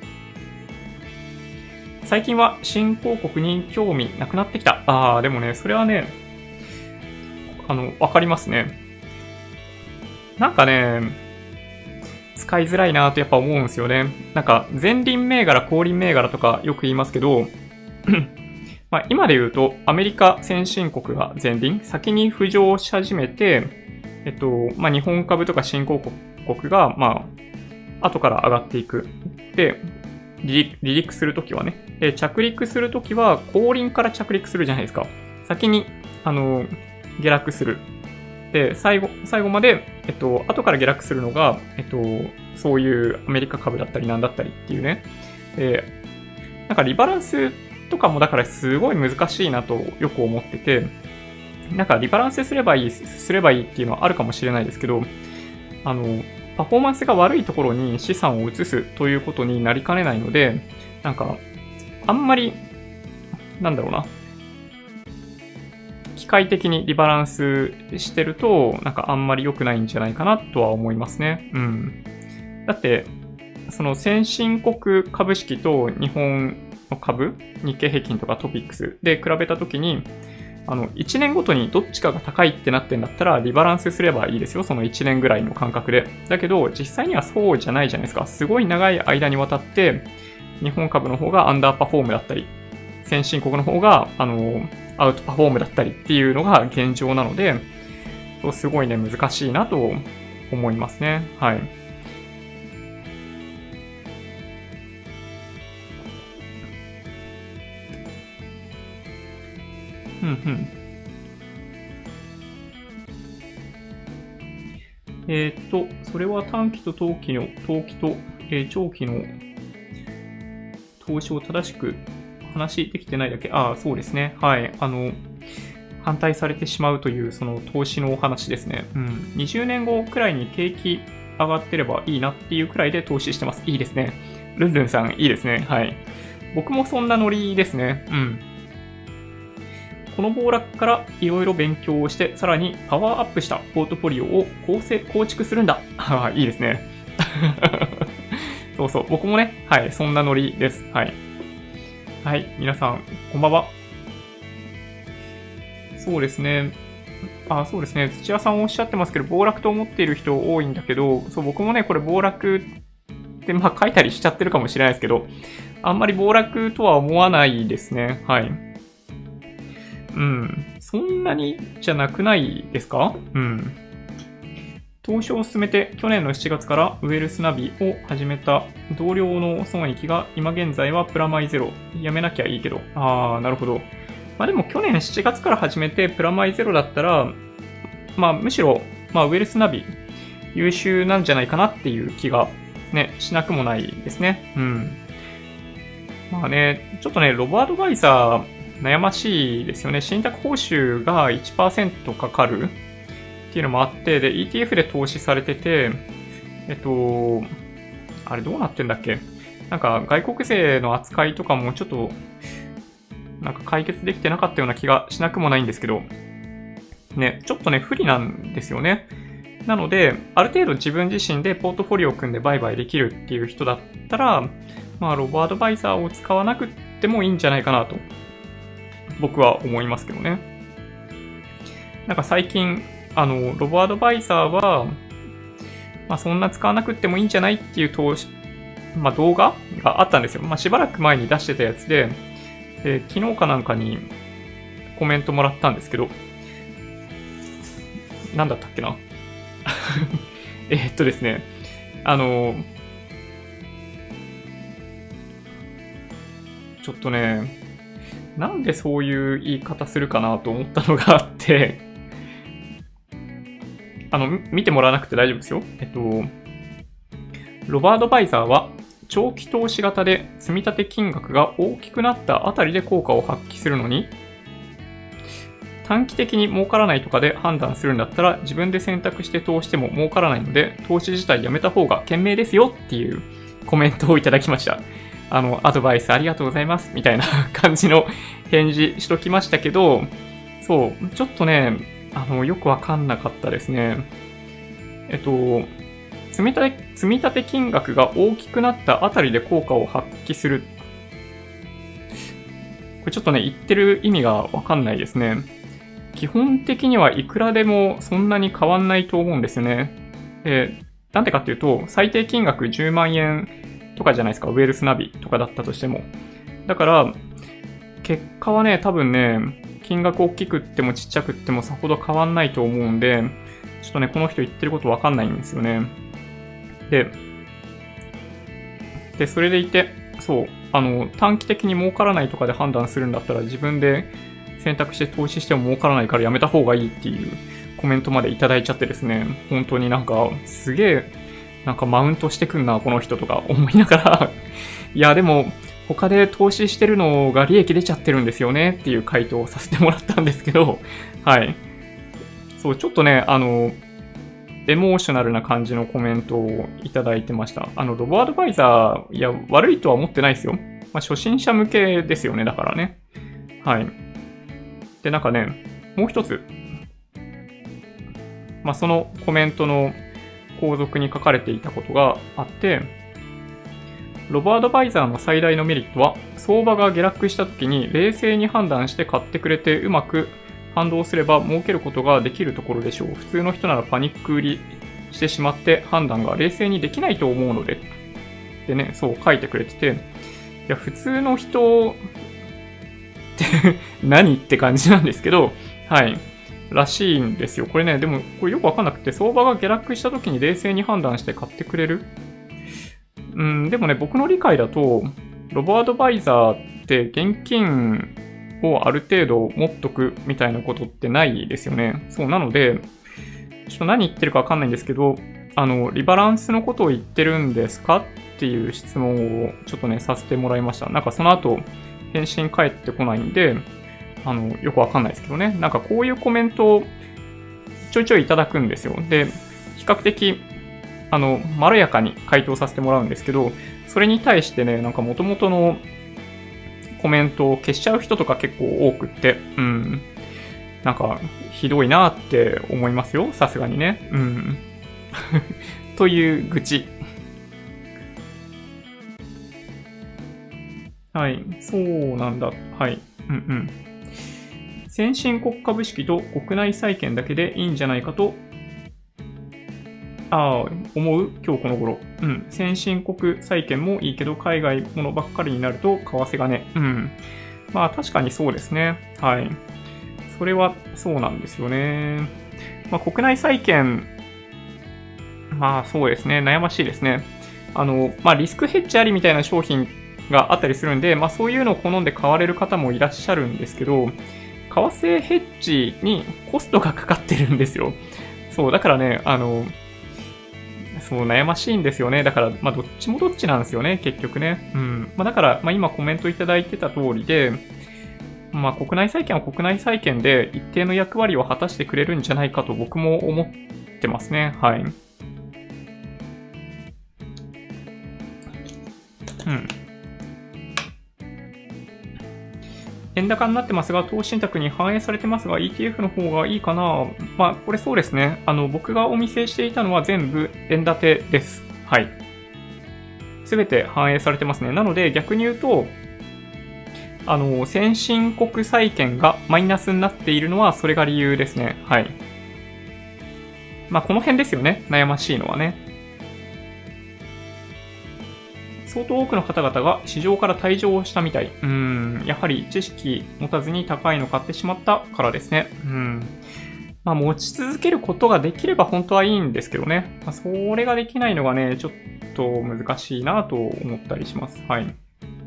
最近は新興国に興味なくなってきた。ああ、でもね、それはね、あの、わかりますね。なんかね、使いづらいなとやっぱ思うんですよね。なんか、前輪銘柄、後輪銘柄とかよく言いますけど、まあ今で言うと、アメリカ先進国が前輪、先に浮上し始めて、えっと、まあ日本株とか新興国が、まあ、後から上がっていく。で、離陸するときはね。で、着陸するときは、後輪から着陸するじゃないですか。先に、あの、下落する。で、最後、最後まで、えっと、後から下落するのが、えっと、そういうアメリカ株だったりなんだったりっていうね。で、なんかリバランスとかもだからすごい難しいなとよく思ってて、なんかリバランスすればいい、すればいいっていうのはあるかもしれないですけど、あの、パフォーマンスが悪いところに資産を移すということになりかねないので、なんか、あんまり、なんだろうな、機械的にリバランスしてると、なんかあんまり良くないんじゃないかなとは思いますね。うん。だって、その先進国株式と日本の株、日経平均とかトピックスで比べたときに、あの、いちねんごとにどっちかが高いってなってんだったら、リバランスすればいいですよ。そのいちねんぐらいの間隔で。だけど、実際にはそうじゃないじゃないですか。すごい長い間にわたって、日本株の方がアンダーパフォームだったり、先進国の方が、あの、アウトパフォームだったりっていうのが現状なので、すごいね、難しいなと思いますね。はい。うんうん。えー、っと、それは短期と投機の、投機と、えー、長期の投資を正しく話できてないだけ。ああ、そうですね。はい。あの、反対されてしまうという、その投資のお話ですね。うん。にじゅうねんごくらいに景気上がってればいいなっていうくらいで投資してます。いいですね。ルンルンさん、いいですね。はい。僕もそんなノリですね。うん。この暴落からいろいろ勉強をして、さらにパワーアップしたポートフォリオを構成、構築するんだ。ああ、いいですね。そうそう。僕もね、はい、そんなノリです。はい。はい、皆さん、こんばんは。そうですね。あ、そうですね。土屋さんおっしゃってますけど、暴落と思っている人多いんだけど、そう、僕もね、これ暴落って、まあ書いたりしちゃってるかもしれないですけど、あんまり暴落とは思わないですね。はい。うん。そんなにじゃなくないですか？うん。投資を進めて去年のしちがつからウェルスナビを始めた同僚の損益が今現在はプラマイゼロ。やめなきゃいいけど。あー、なるほど。まあでも去年しちがつから始めてプラマイゼロだったら、まあむしろ、まあウェルスナビ優秀なんじゃないかなっていう気がね、しなくもないですね。うん。まあね、ちょっとね、ロボアドバイザー、悩ましいですよね。信託報酬が いちパーセント かかるっていうのもあって、で、イーティーエフ で投資されてて、えっと、あれどうなってんだっけ？なんか外国税の扱いとかもちょっと、なんか解決できてなかったような気がしなくもないんですけど、ね、ちょっとね、不利なんですよね。なので、ある程度自分自身でポートフォリオを組んで売買できるっていう人だったら、まあ、ロボアドバイザーを使わなくてもいいんじゃないかなと。僕は思いますけどね。なんか最近、あの、ロボアドバイザーは、 まあ、そんな使わなくてもいいんじゃないっていう投資、まあ、動画があったんですよ。まあ、しばらく前に出してたやつで、で昨日かなんかにコメントもらったんですけど、なんだったっけなえーっとですね、あの、ちょっとね、なんでそういう言い方するかなと思ったのがあって、あの、見てもらわなくて大丈夫ですよ。えっと、ロバートバイザーは、長期投資型で積立金額が大きくなったあたりで効果を発揮するのに、短期的に儲からないとかで判断するんだったら自分で選択して投資しても儲からないので投資自体やめた方が賢明ですよっていうコメントをいただきました。あの、アドバイスありがとうございますみたいな感じの返事しときましたけど、そう、ちょっとね、あの、よくわかんなかったですね。えっと、積み立て、積み立て金額が大きくなったあたりで効果を発揮する。これちょっとね、言ってる意味がわかんないですね。基本的にはいくらでもそんなに変わんないと思うんですよね。で、なんでかっていうと、最低金額じゅうまんえんとかじゃないですか。ウェルスナビとかだったとしても。だから、結果はね、多分ね、金額大きくってもちっちゃくってもさほど変わんないと思うんで、ちょっとね、この人言ってることわかんないんですよね。で、で、それでいて、そう、あの、短期的に儲からないとかで判断するんだったら自分で選択して投資しても儲からないからやめた方がいいっていうコメントまでいただいちゃってですね、本当になんかすげえなんかマウントしてくんなこの人とか思いながらいやでも他で投資してるのが利益出ちゃってるんですよねっていう回答をさせてもらったんですけど、はい。そうちょっとね、あのエモーショナルな感じのコメントをいただいてました。あのロボアドバイザー、いや悪いとは思ってないですよ。まあ、初心者向けですよね、だからね。はい。で、なんかね、もう一つ、まあ、そのコメントの後続に書かれていたことがあって、ロボアドバイザーの最大のメリットは、相場が下落した時に冷静に判断して買ってくれてうまく反動すれば儲けることができるところでしょう。普通の人ならパニック売りしてしまって判断が冷静にできないと思うので、ってね、そう書いてくれてて、いや、普通の人って何って感じなんですけど、はい。らしいんですよ。これね、でも、これよくわかんなくて、相場が下落した時に冷静に判断して買ってくれる？うん、でもね、僕の理解だと、ロボアドバイザーって現金をある程度持っとくみたいなことってないですよね。そう、なので、ちょっと何言ってるかわかんないんですけど、あの、リバランスのことを言ってるんですかっていう質問をちょっとね、させてもらいました。なんかその後、返信返ってこないんで、あの、よくわかんないですけどね。なんかこういうコメントをちょいちょいいただくんですよ。で、比較的、あの、まろやかに回答させてもらうんですけど、それに対してね、なんか元々のコメントを消しちゃう人とか結構多くって、うん。なんか、ひどいなって思いますよ。さすがにね。うん。という愚痴。はい。そうなんだ。はい。うんうん。先進国株式と国内債券だけでいいんじゃないかと、ああ、思う今日この頃。うん。先進国債券もいいけど、海外ものばっかりになると、為替がね。うん。まあ確かにそうですね。はい。それはそうなんですよね。まあ国内債券、まあそうですね。悩ましいですね。あの、まあリスクヘッジありみたいな商品があったりするんで、まあそういうのを好んで買われる方もいらっしゃるんですけど、為替ヘッジにコストがかかってるんですよ。そう、だからね、あの、そう、悩ましいんですよね。だから、まあどっちもどっちなんですよね、結局ね。うん。まあだから、まあ今コメントいただいてた通りで、まあ国内債券は国内債券で一定の役割を果たしてくれるんじゃないかと僕も思ってますね。はい。うん。円高になってますが、投資信託に反映されてますが、イーティーエフ の方がいいかな。まあ、これそうですね。あの、僕がお見せしていたのは全部円建てです。はい。すべて反映されてますね。なので、逆に言うと、あの、先進国債券がマイナスになっているのは、それが理由ですね。はい。まあ、この辺ですよね。悩ましいのはね。 相当多くの方々が市場から退場したみたい。うん、やはり知識持たずに高いの買ってしまったからですね。うん。まあ、持ち続けることができれば本当はいいんですけどね。まあ、それができないのがね、ちょっと難しいなと思ったりします。はい。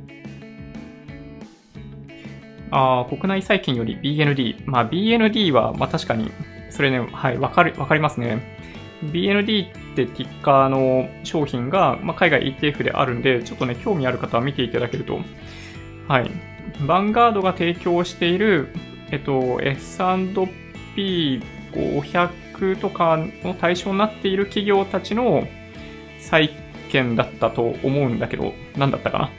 ああ、国内債券より ビーエヌディー。まあ ビーエヌディー は、まあ確かに、それね、はい、わかる、わかりますね。ビーエヌディー ってティッカーの商品が、まあ、海外 イーティーエフ であるんで、ちょっとね、興味ある方は見ていただけると。はい。ヴァンガードが提供している、えっと、エスアンドピーごひゃく とかの対象になっている企業たちの債券だったと思うんだけど、何だったかな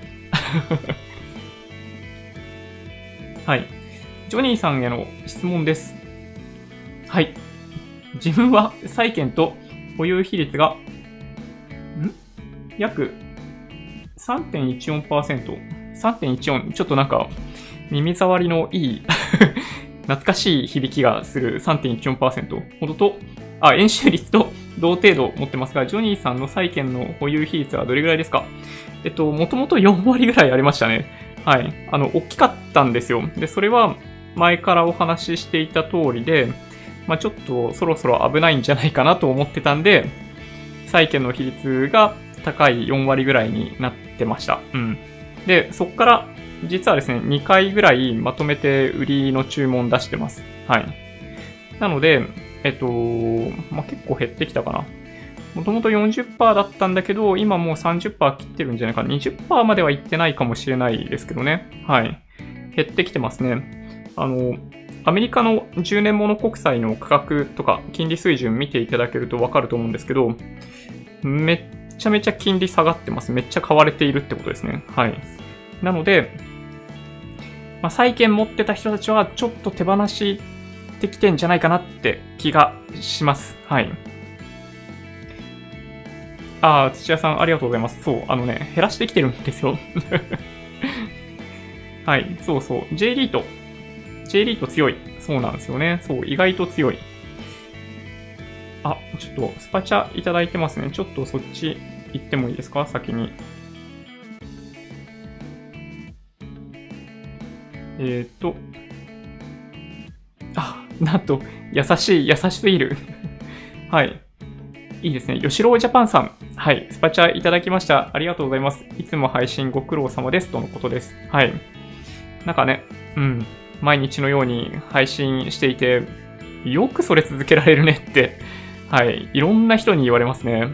はい。ジョニーさんへの質問です。はい。自分は債券と保有比率が、ん約 さんてんいちよんパーセント。さんてんいちよん、ちょっとなんか耳障りのいい懐かしい響きがする さんてんいちよんパーセント ほどと、あ、円周率と同程度持ってますが、ジョニーさんの債券の保有比率はどれぐらいですか？えっと、もともとよん割ぐらいありましたね。はい。あの、大きかったんですよ。で、それは前からお話ししていた通りで、まあ、ちょっとそろそろ危ないんじゃないかなと思ってたんで、債券の比率が高いよん割ぐらいになってました。うん。で、そっから実はですね、にかいぐらいまとめて売りの注文出してます。はい。なので、えっと、まあ、結構減ってきたかな。もともと よんじゅっパーセント だったんだけど、今もう さんじゅっパーセント 切ってるんじゃないかな。にじゅっパーセント まではいってないかもしれないですけどね。はい。減ってきてますね。あの、アメリカのじゅうねんもの国債の価格とか金利水準見ていただけるとわかると思うんですけど、めっちゃめちゃ金利下がってます。めっちゃ買われているってことですね。はい。なので、まあ、債券持ってた人たちはちょっと手放してきてんじゃないかなって気がします。はい。ああ、土屋さんありがとうございます。そう、あのね、減らしてきてるんですよ。はい、そうそう。J リート。J リート強い。そうなんですよね。そう、意外と強い。あ、ちょっとスパチャいただいてますね。ちょっとそっち行ってもいいですか？先に。えっと。あ、なんと、優しい、優しすぎる。はい。いいですね。吉郎ジャパンさん。はい。スパチャいただきました。ありがとうございます。いつも配信ご苦労様です。とのことです。はい。なんかね、うん。毎日のように配信していて、よくそれ続けられるねって、はい。いろんな人に言われますね。うん。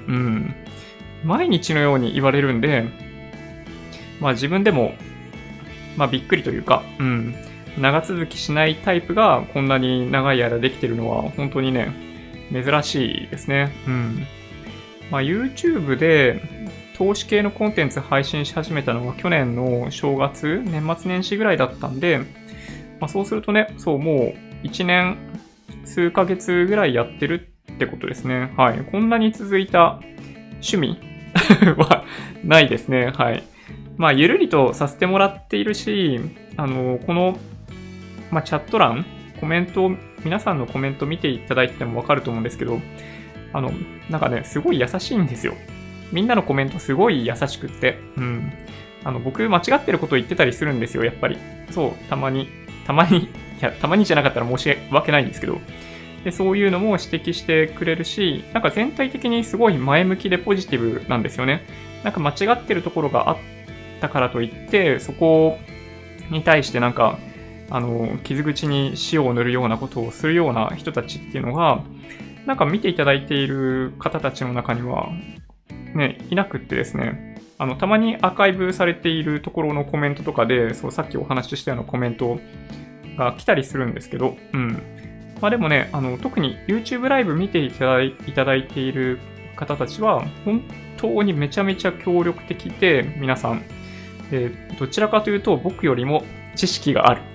毎日のように言われるんで、まあ自分でも、まあびっくりというか、うん。長続きしないタイプがこんなに長い間できてるのは本当にね、珍しいですね。うん。まあ、YouTube で投資系のコンテンツ配信し始めたのが去年の正月、年末年始ぐらいだったんで、まあ、そうするとね、そう、もういちねん数ヶ月ぐらいやってるってことですね。はい。こんなに続いた趣味はないですね。はい。まあ、ゆるりとさせてもらっているし、あの、この、まあ、チャット欄、コメントを、皆さんのコメント見ていただいててもわかると思うんですけど、あの、なんかね、すごい優しいんですよ。みんなのコメントすごい優しくって、うん。あの、僕間違ってることを言ってたりするんですよ、やっぱり。そう、たまに、たまに、いや、たまにじゃなかったら申し訳ないんですけど、で、そういうのも指摘してくれるし、なんか全体的にすごい前向きでポジティブなんですよね。なんか間違ってるところがあったからといって、そこに対してなんか、あの、傷口に塩を塗るようなことをするような人たちっていうのが、なんか見ていただいている方たちの中には、ね、いなくってですね、あの、たまにアーカイブされているところのコメントとかで、そう、さっきお話ししたようなコメントが来たりするんですけど、うん。まあでもね、あの、特に YouTube ライブ見ていただいいただいている方たちは、本当にめちゃめちゃ協力的で、皆さん。で、どちらかというと、僕よりも知識がある。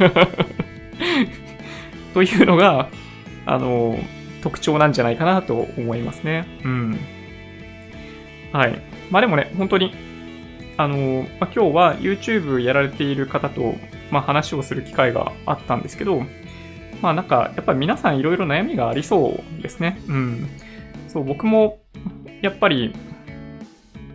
というのが、あの、特徴なんじゃないかなと思いますね。うん。はい。まあでもね、本当に、あの、まあ、今日は YouTube やられている方と、まあ、話をする機会があったんですけど、まあなんか、やっぱり皆さんいろいろ悩みがありそうですね。うん。そう、僕も、やっぱり、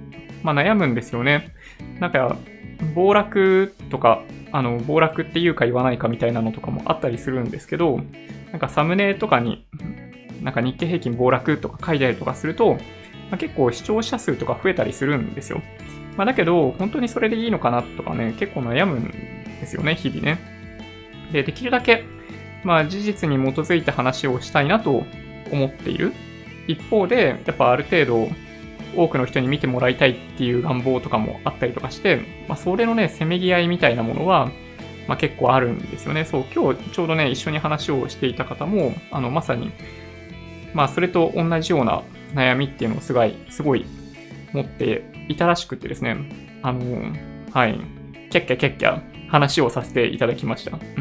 まあ悩むんですよね。なんか、暴落とか、あの、暴落っていうか言わないかみたいなのとかもあったりするんですけど、なんかサムネとかに、なんか日経平均暴落とか書いてあるとかすると、まあ、結構視聴者数とか増えたりするんですよ。まあだけど、本当にそれでいいのかなとかね、結構悩むんですよね、日々ね。で、できるだけ、まあ事実に基づいた話をしたいなと思っている。一方で、やっぱある程度、多くの人に見てもらいたいっていう願望とかもあったりとかして、まあそれのね、せめぎ合いみたいなものは、まあ結構あるんですよね。そう、今日ちょうどね、一緒に話をしていた方も、あの、まさに、まあそれと同じような悩みっていうのをすごい、すごい持っていたらしくてですね、あの、はい、キャッキャキャッキャ話をさせていただきました。うん。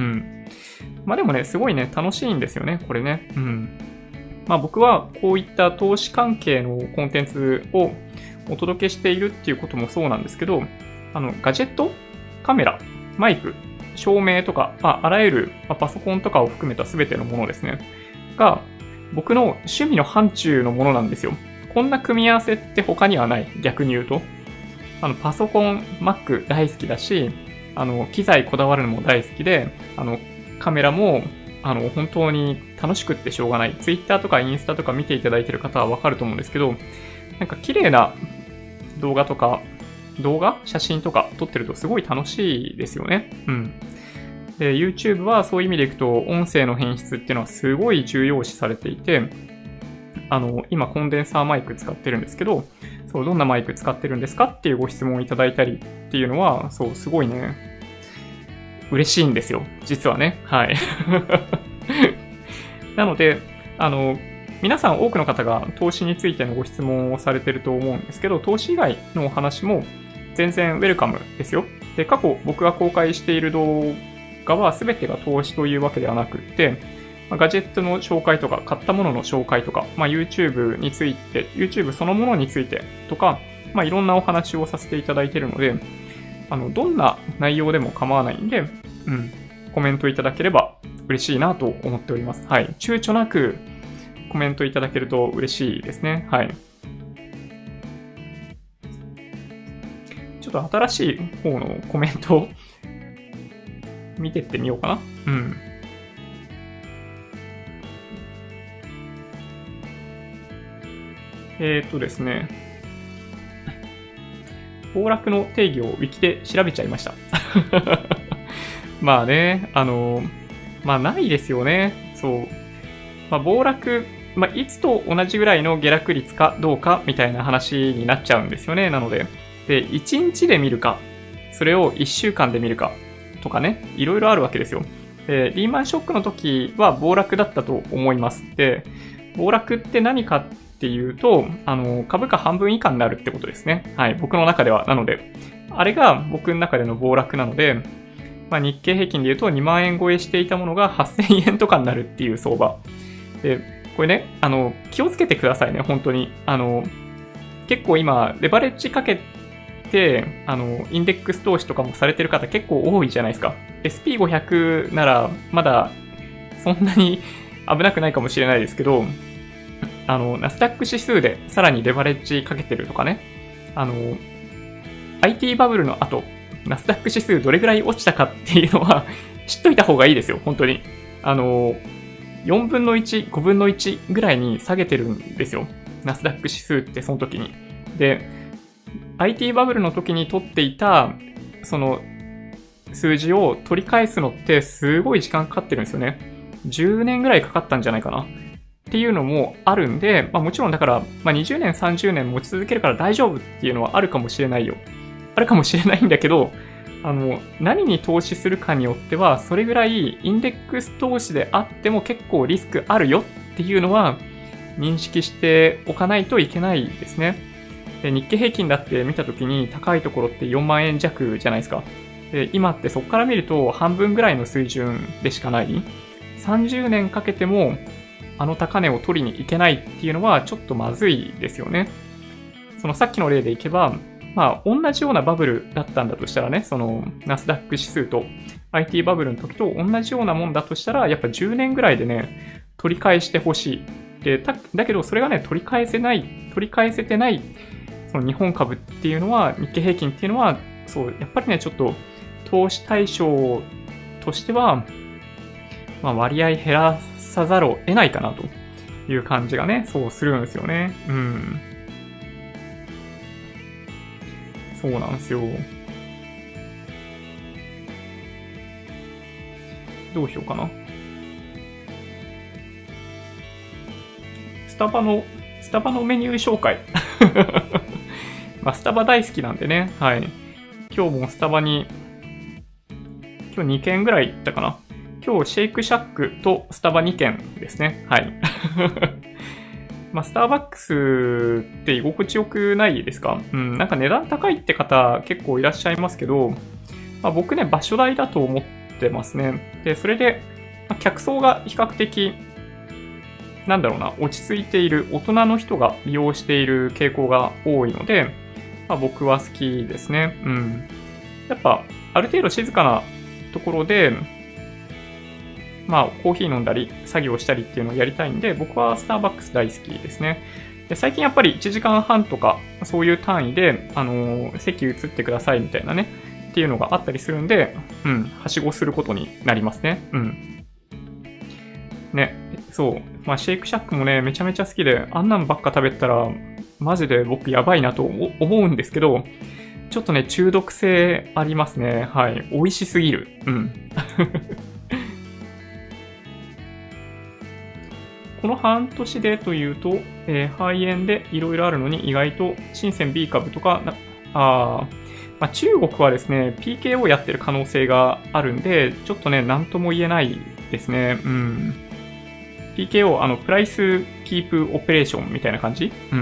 まあでもね、すごいね、楽しいんですよね、これね。うん。まあ僕はこういった投資関係のコンテンツをお届けしているっていうこともそうなんですけど、あの、ガジェット、カメラ、マイク、照明とか、まあ、あらゆる、まあ、パソコンとかを含めた全てのものですね。が、僕の趣味の範疇のものなんですよ。こんな組み合わせって他にはない。逆に言うと。あの、パソコン、Mac 大好きだし、あの、機材こだわるのも大好きで、あの、カメラも、あの、本当に楽しくってしょうがない。Twitter とかインスタとか見ていただいている方はわかると思うんですけど、なんか綺麗な動画とか、動画写真とか撮ってるとすごい楽しいですよね。うん。で、YouTube はそういう意味でいくと、音声の編出っていうのはすごい重要視されていて、あの、今コンデンサーマイク使ってるんですけど、そう、どんなマイク使ってるんですかっていうご質問をいただいたりっていうのは、そう、すごいね、嬉しいんですよ。実はね。はい。なので、あの、皆さん多くの方が投資についてのご質問をされてると思うんですけど、投資以外のお話も全然ウェルカムですよ。で、過去僕が公開している動画は全てが投資というわけではなくって、まあ、ガジェットの紹介とか、買ったものの紹介とか、まあ、YouTube について、YouTube そのものについてとか、まあ、いろんなお話をさせていただいているので、あの、どんな内容でも構わないんで、うん、コメントいただければ嬉しいなと思っております。はい。躊躇なくコメントいただけると嬉しいですね。はい。ちょっと新しい方のコメントを見てってみようかな。うん。えーっとですね。暴落の定義をウィキで調べちゃいました。まあね、あの、まあないですよね。そう。まあ暴落、まあいつと同じぐらいの下落率かどうかみたいな話になっちゃうんですよね。なので。で、いちにちで見るか、それをいっしゅうかんで見るかとかね、いろいろあるわけですよ。で、リーマンショックの時は暴落だったと思います。で、暴落って何かっていうと、あの、株価半分以下になるってことですね。はい、僕の中では。なので、あれが僕の中での暴落なので、まあ、日経平均で言うとにまんえん超えしていたものがはっせんえんとかになるっていう相場。で、これね、あの、気をつけてくださいね、本当に。あの、結構今、レバレッジかけて、あの、インデックス投資とかもされてる方結構多いじゃないですか。エスピーごひゃく なら、まだ、そんなに危なくないかもしれないですけど、あの、ナスダック指数でさらにレバレッジかけてるとかね。あの、アイティー バブルの後、ナスダック指数どれぐらい落ちたかっていうのは知っといた方がいいですよ、本当に。あの、よんぶんのいち、ごぶんのいちぐらいに下げてるんですよ。ナスダック指数ってその時に。で、アイティー バブルの時に取っていた、その、数字を取り返すのってすごい時間かかってるんですよね。じゅうねんぐらいかかったんじゃないかな。っていうのもあるんで、まあもちろんだから、まあにじゅうねん、さんじゅうねん持ち続けるから大丈夫っていうのはあるかもしれないよ。あるかもしれないんだけど、あの、何に投資するかによっては、それぐらいインデックス投資であっても結構リスクあるよっていうのは認識しておかないといけないですね。で、日経平均だって見たときに高いところってよんまんえん弱じゃないですか。で、今ってそこから見ると半分ぐらいの水準でしかない。さんじゅうねんかけてもあの高値を取りに行けないっていうのはちょっとまずいですよね。そのさっきの例でいけば、まあ同じようなバブルだったんだとしたらね、そのナスダック指数と アイティー バブルの時と同じようなもんだとしたら、やっぱじゅうねんぐらいでね、取り返してほしい。で、だけどそれがね、取り返せない、取り返せてない、 その日本株っていうのは、日経平均っていうのは、そう、やっぱりね、ちょっと投資対象としては、まあ割合減らさざるを得ないかなという感じがね、そうするんですよね。うん。そうなんですよ。どうしようかな。スタバの、スタバのメニュー紹介。まあ、スタバ大好きなんでね。はい。今日もスタバに、今日にけんぐらい行ったかな。今日、シェイクシャックとスタバにけんですね。はい。まあ、スターバックスって居心地よくないですか？うん、なんか値段高いって方結構いらっしゃいますけど、まあ、僕ね、場所代だと思ってますね。で、それで、まあ、客層が比較的、なんだろうな、落ち着いている大人の人が利用している傾向が多いので、まあ、僕は好きですね。うん。やっぱ、ある程度静かなところで、まあ、コーヒー飲んだり、作業したりっていうのをやりたいんで、僕はスターバックス大好きですね。で、最近やっぱりいちじかんはんとか、そういう単位で、あのー、席移ってくださいみたいなね、っていうのがあったりするんで、うん、はしごすることになりますね。うん。ね、そう。まあ、シェイクシャックもね、めちゃめちゃ好きで、あんなんばっか食べたら、マジで僕やばいなと思うんですけど、ちょっとね、中毒性ありますね。はい。美味しすぎる。うん。この半年でというと、えー、肺炎でいろいろあるのに意外と新鮮 B 株とか、あまあ、中国はですね、ピーケーオー やってる可能性があるんで、ちょっとね、なんとも言えないですね。うん。ピーケーオー、あの、プライスキープオペレーションみたいな感じ？うん。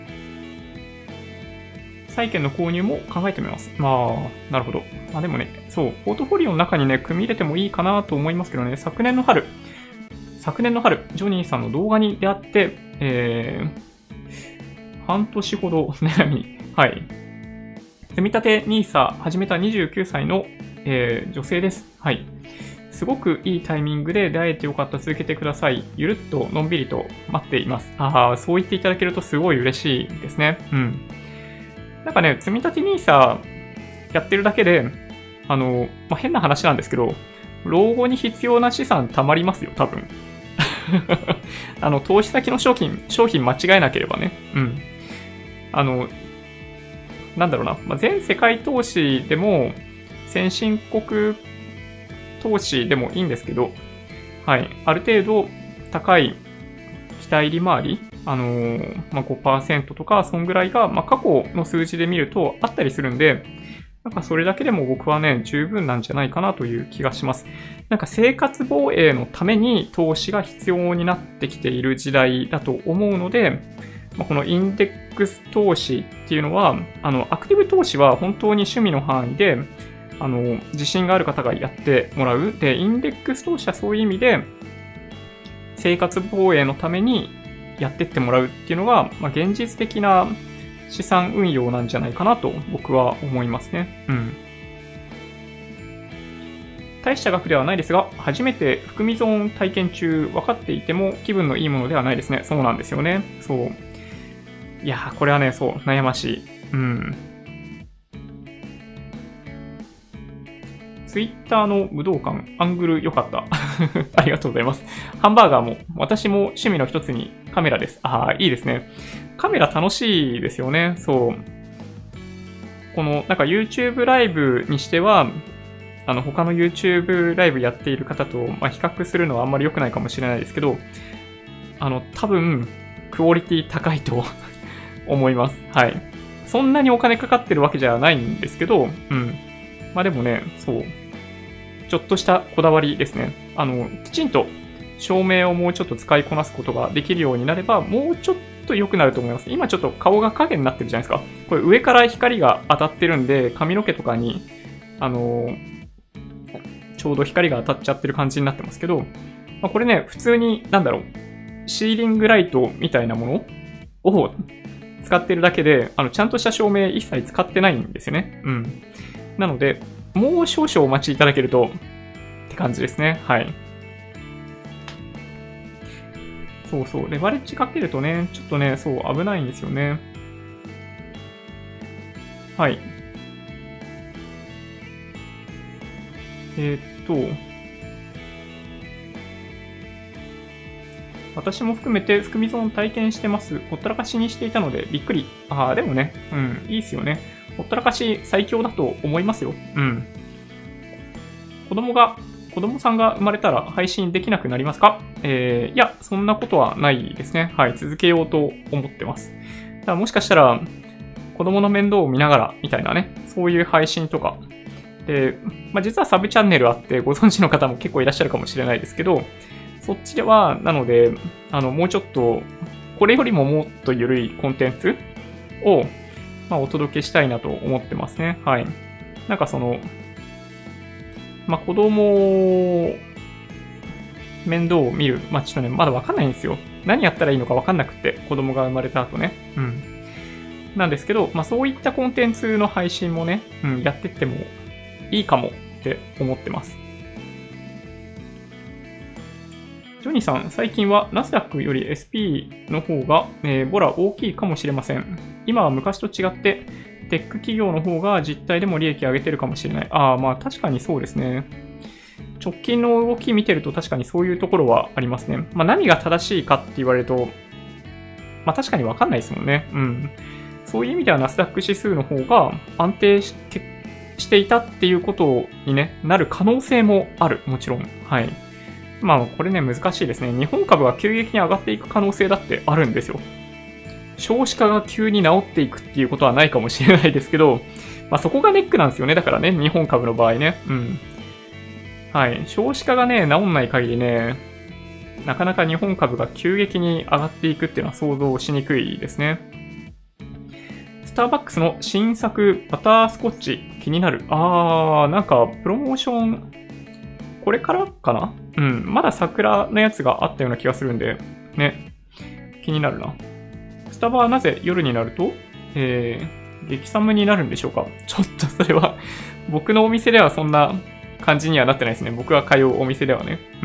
債券の購入も考えてみます。まあ、なるほど。まあでもね、そう、ポートフォリオの中にね、組み入れてもいいかなと思いますけどね、昨年の春、昨年の春、ジョニーさんの動画に出会って、えー、半年ほど、ね、はい。積み立て ニーサ 始めたにじゅうきゅうさいの、えー、女性です。はい。すごくいいタイミングで出会えてよかった。続けてください。ゆるっとのんびりと待っています。ああ、そう言っていただけるとすごい嬉しいですね。うん。なんかね、積み立て ニーサ やってるだけで、あの、まあ、変な話なんですけど、老後に必要な資産貯まりますよ、多分。あの、投資先の商品、商品間違えなければね。うん。あの、なんだろうな、まあ、全世界投資でも、先進国投資でもいいんですけど、はい、ある程度高い期待利回り、あのーまあ、ごパーセントとか、そんぐらいが、まあ、過去の数字で見るとあったりするんで、なんかそれだけでも僕はね、十分なんじゃないかなという気がします。なんか生活防衛のために投資が必要になってきている時代だと思うので、まあ、このインデックス投資っていうのは、あの、アクティブ投資は本当に趣味の範囲で、あの、自信がある方がやってもらう。で、インデックス投資はそういう意味で、生活防衛のためにやってってもらうっていうのが、まあ、現実的な資産運用なんじゃないかなと僕は思いますね。うん。大した額ではないですが、初めて含み損体験中、分かっていても気分のいいものではないですね。そうなんですよね。そう。いやー、これはね、そう、悩ましい。うん。ツイッターの武道館、アングル良かった。ありがとうございます。ハンバーガーも、私も趣味の一つにカメラです。ああ、いいですね。カメラ楽しいですよね。そう。この、なんか YouTube ライブにしては、あの、他の YouTube ライブやっている方と、まあ、比較するのはあんまり良くないかもしれないですけど、あの、多分、クオリティ高いと思います。はい。そんなにお金かかってるわけじゃないんですけど、うん。まあでもね、そう。ちょっとしたこだわりですね。あの、きちんと照明をもうちょっと使いこなすことができるようになれば、もうちょっと良くなると思います。今ちょっと顔が影になってるじゃないですか。これ上から光が当たってるんで、髪の毛とかに、あの、ちょうど光が当たっちゃってる感じになってますけど、まあ、これね、普通に、なんだろう、シーリングライトみたいなものを使ってるだけで、あの、ちゃんとした照明一切使ってないんですよね。うん。なので、もう少々お待ちいただけると、って感じですね。はい。そうそう。レバレッジかけるとね、ちょっとね、そう、危ないんですよね。 はい。えー、っと、私も含めて含み損を体験してます。ほったらかしにしていたのでびっくり。ああ、でもね、うん、いいっすよね。ほったらかし最強だと思いますよ。うん。子供が、子供さんが生まれたら配信できなくなりますか？えー、いや、そんなことはないですね。はい、続けようと思ってます。だからもしかしたら、子供の面倒を見ながらみたいなね、そういう配信とか。で、まあ、実はサブチャンネルあってご存知の方も結構いらっしゃるかもしれないですけど、そっちでは、なので、あの、もうちょっと、これよりももっと緩いコンテンツを、まあ、お届けしたいなと思ってますね。はい。なんかその、まあ、子供面倒を見る。まあ、ちょっとね、まだわかんないんですよ。何やったらいいのかわかんなくて、子供が生まれた後ね。うん。なんですけど、まあ、そういったコンテンツの配信もね、うん、やってってもいいかもって思ってます。ジョニーさん、最近はナスダックより エスピー の方が、えー、ボラ大きいかもしれません。今は昔と違って、テック企業の方が実態でも利益上げてるかもしれない。ああ、まあ確かにそうですね。直近の動き見てると確かにそういうところはありますね。まあ何が正しいかって言われると、まあ確かにわかんないですもんね。うん。そういう意味ではナスダック指数の方が安定してしていたっていうことに、ね、なる可能性もある。もちろん。はい。まあこれね難しいですね。日本株が急激に上がっていく可能性だってあるんですよ。少子化が急に治っていくっていうことはないかもしれないですけど、まあそこがネックなんですよね。だからね、日本株の場合ね。うん。はい。少子化がね、治んない限りね、なかなか日本株が急激に上がっていくっていうのは想像しにくいですね。スターバックスの新作バタースコッチ気になる。あー、なんかプロモーション、これからかな？うん。まだ桜のやつがあったような気がするんで、ね。気になるな。スタバはなぜ夜になると、えー、激寒になるんでしょうか？ちょっとそれは、僕のお店ではそんな感じにはなってないですね。僕が通うお店ではね。うん。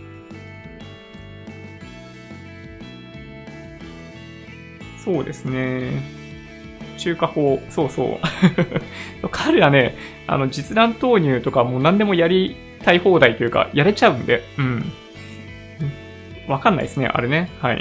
そうですね。中華法、そうそう。彼らね、あの、実弾投入とかもう何でもやりたい放題というか、やれちゃうんで、うん。わかんないですね、あれね。はい。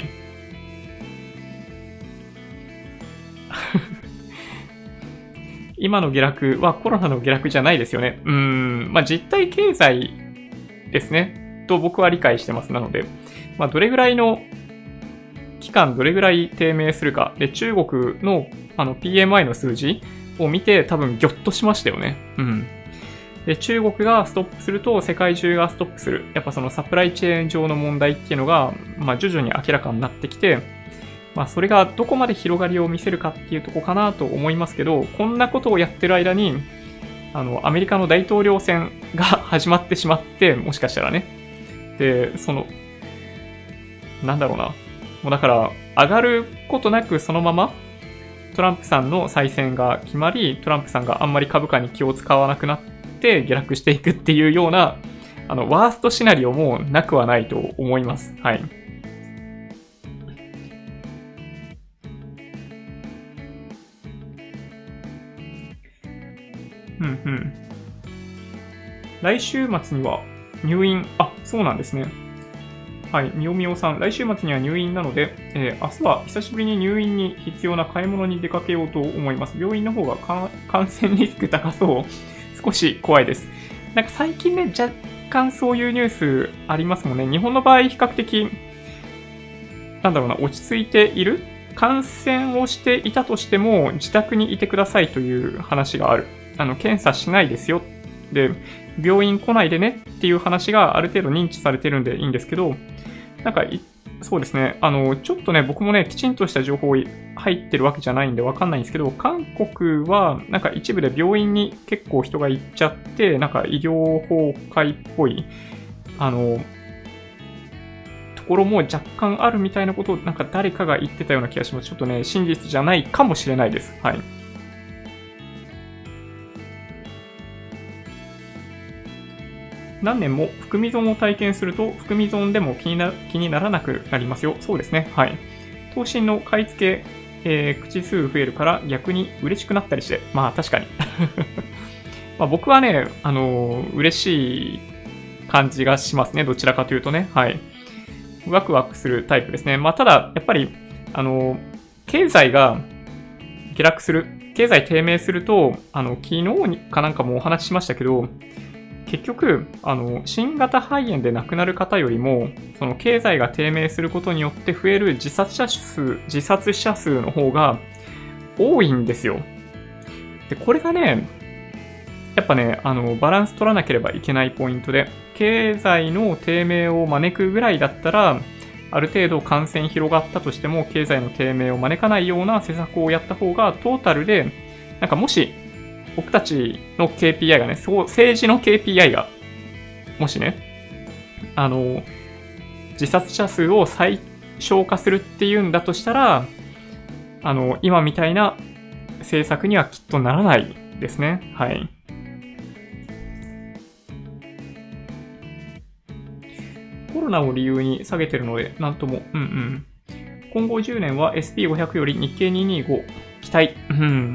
今の下落はコロナの下落じゃないですよね。うーん、まあ実体経済ですね。と僕は理解してます。なので、まあどれぐらいの期間、どれぐらい低迷するか。で、中国のあの ピーエムアイ の数字を見て多分ギョッとしましたよね。うん。で、中国がストップすると世界中がストップする。やっぱそのサプライチェーン上の問題っていうのが、まあ徐々に明らかになってきて、まあそれがどこまで広がりを見せるかっていうとこかなと思いますけど、こんなことをやってる間に、あの、アメリカの大統領選が始まってしまって、もしかしたらね。で、その、なんだろうな。もうだから、上がることなくそのまま、トランプさんの再選が決まり、トランプさんがあんまり株価に気を使わなくなって下落していくっていうような、あの、ワーストシナリオもなくはないと思います。はい。うんうん。来週末には入院、あ、そうなんですね。はい、みおみおさん、来週末には入院なので、えー、明日は久しぶりに入院に必要な買い物に出かけようと思います。病院の方が感染リスク高そう。少し怖いです。なんか最近ね、若干そういうニュースありますもんね。日本の場合、比較的、なんだろうな、落ち着いている？感染をしていたとしても、自宅にいてくださいという話がある。あの、検査しないですよ。で、病院来ないでねっていう話がある程度認知されてるんでいいんですけど、なんか、そうですね。あの、ちょっとね、僕もね、きちんとした情報入ってるわけじゃないんでわかんないんですけど、韓国は、なんか一部で病院に結構人が行っちゃって、なんか医療崩壊っぽい、あの、ところも若干あるみたいなことを、なんか誰かが言ってたような気がします。ちょっとね、真実じゃないかもしれないです。はい。何年も含み損を体験すると、含み損でも気にな気にならなくなりますよ。そうですね。はい。投信の買い付けえー、口数増えるから逆に嬉しくなったりして。まあ確かに。まあ僕はね、あのー、嬉しい感じがしますね。どちらかというとね。はい。ワクワクするタイプですね。まあただ、やっぱり、あのー、経済が下落する。経済低迷すると、あの、昨日かなんかもお話ししましたけど、結局、あの、新型肺炎で亡くなる方よりも、その経済が低迷することによって増える自殺者数、自殺者数の方が多いんですよ。で、これがね、やっぱね、あの、バランス取らなければいけないポイントで、経済の低迷を招くぐらいだったら、ある程度感染広がったとしても、経済の低迷を招かないような施策をやった方が、トータルで、なんかもし、僕たちの ケーピーアイ がね、そう、政治の ケーピーアイ が、もしね、あの、自殺者数を最小化するっていうんだとしたら、あの、今みたいな政策にはきっとならないですね。はい。コロナを理由に下げてるので、なんとも、うんうん。今後じゅうねんは エスピーごひゃく より日経にひゃくにじゅうご、期待。うん。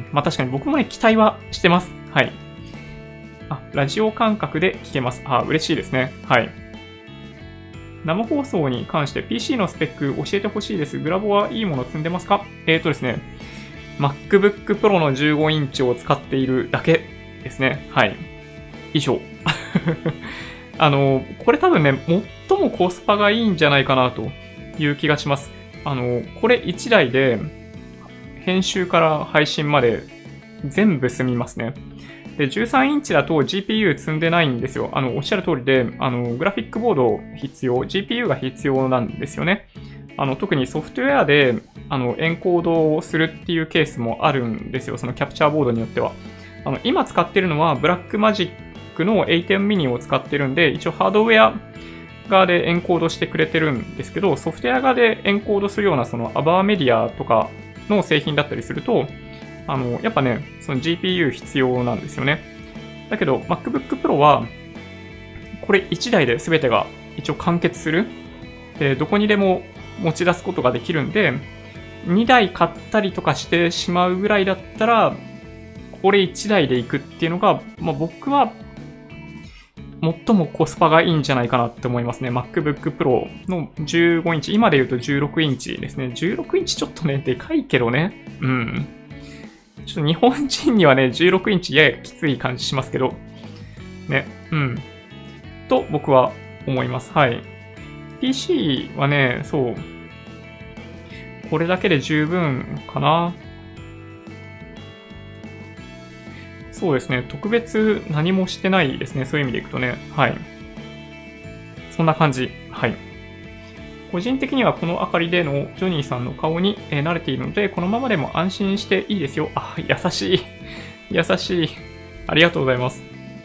まあ確かに僕もね、期待はしてます。はい。あ、ラジオ感覚で聞けます。あ、嬉しいですね。はい。生放送に関して ピーシー のスペック教えてほしいです。グラボはいいもの積んでますか？えーとですね、MacBook Pro のじゅうごインチを使っているだけですね。はい。以上。あの、これ多分ね、最もコスパがいいんじゃないかなという気がします。あの、これいちだいで、編集から配信まで全部済みますね。で、じゅうさんインチだと ジーピーユー 積んでないんですよ。あの、おっしゃる通りで、あの、グラフィックボード必要、ジーピーユー が必要なんですよね。あの、特にソフトウェアで、あの、エンコードをするっていうケースもあるんですよ。そのキャプチャーボードによっては。あの、今使ってるのは、ブラックマジックの エーテン ミニを使ってるんで、一応ハードウェア側でエンコードしてくれてるんですけど、ソフトウェア側でエンコードするような、そのアバーメディアとかの製品だったりすると、あの、やっぱね、その ジーピーユー 必要なんですよね。だけど、MacBook Pro は、これいちだいで全てが一応完結する。で、どこにでも持ち出すことができるんで、にだい買ったりとかしてしまうぐらいだったら、これいちだいでいくっていうのが、まあ、僕は、最もコスパがいいんじゃないかなって思いますね。MacBook Pro のじゅうごインチ、今で言うとじゅうろくインチですね。じゅうろくインチちょっとね、でかいけどね。うん。ちょっと日本人にはね、じゅうろくインチややきつい感じしますけど、ね、うん。と僕は思います。はい。ピーシー はね、そう。これだけで十分かな。そうですね。特別何もしてないですね。そういう意味でいくとね。はい。そんな感じ。はい。個人的にはこの明かりでのジョニーさんの顔に慣れているので、このままでも安心していいですよ。あ、優しい。優しい。ありがとうございます。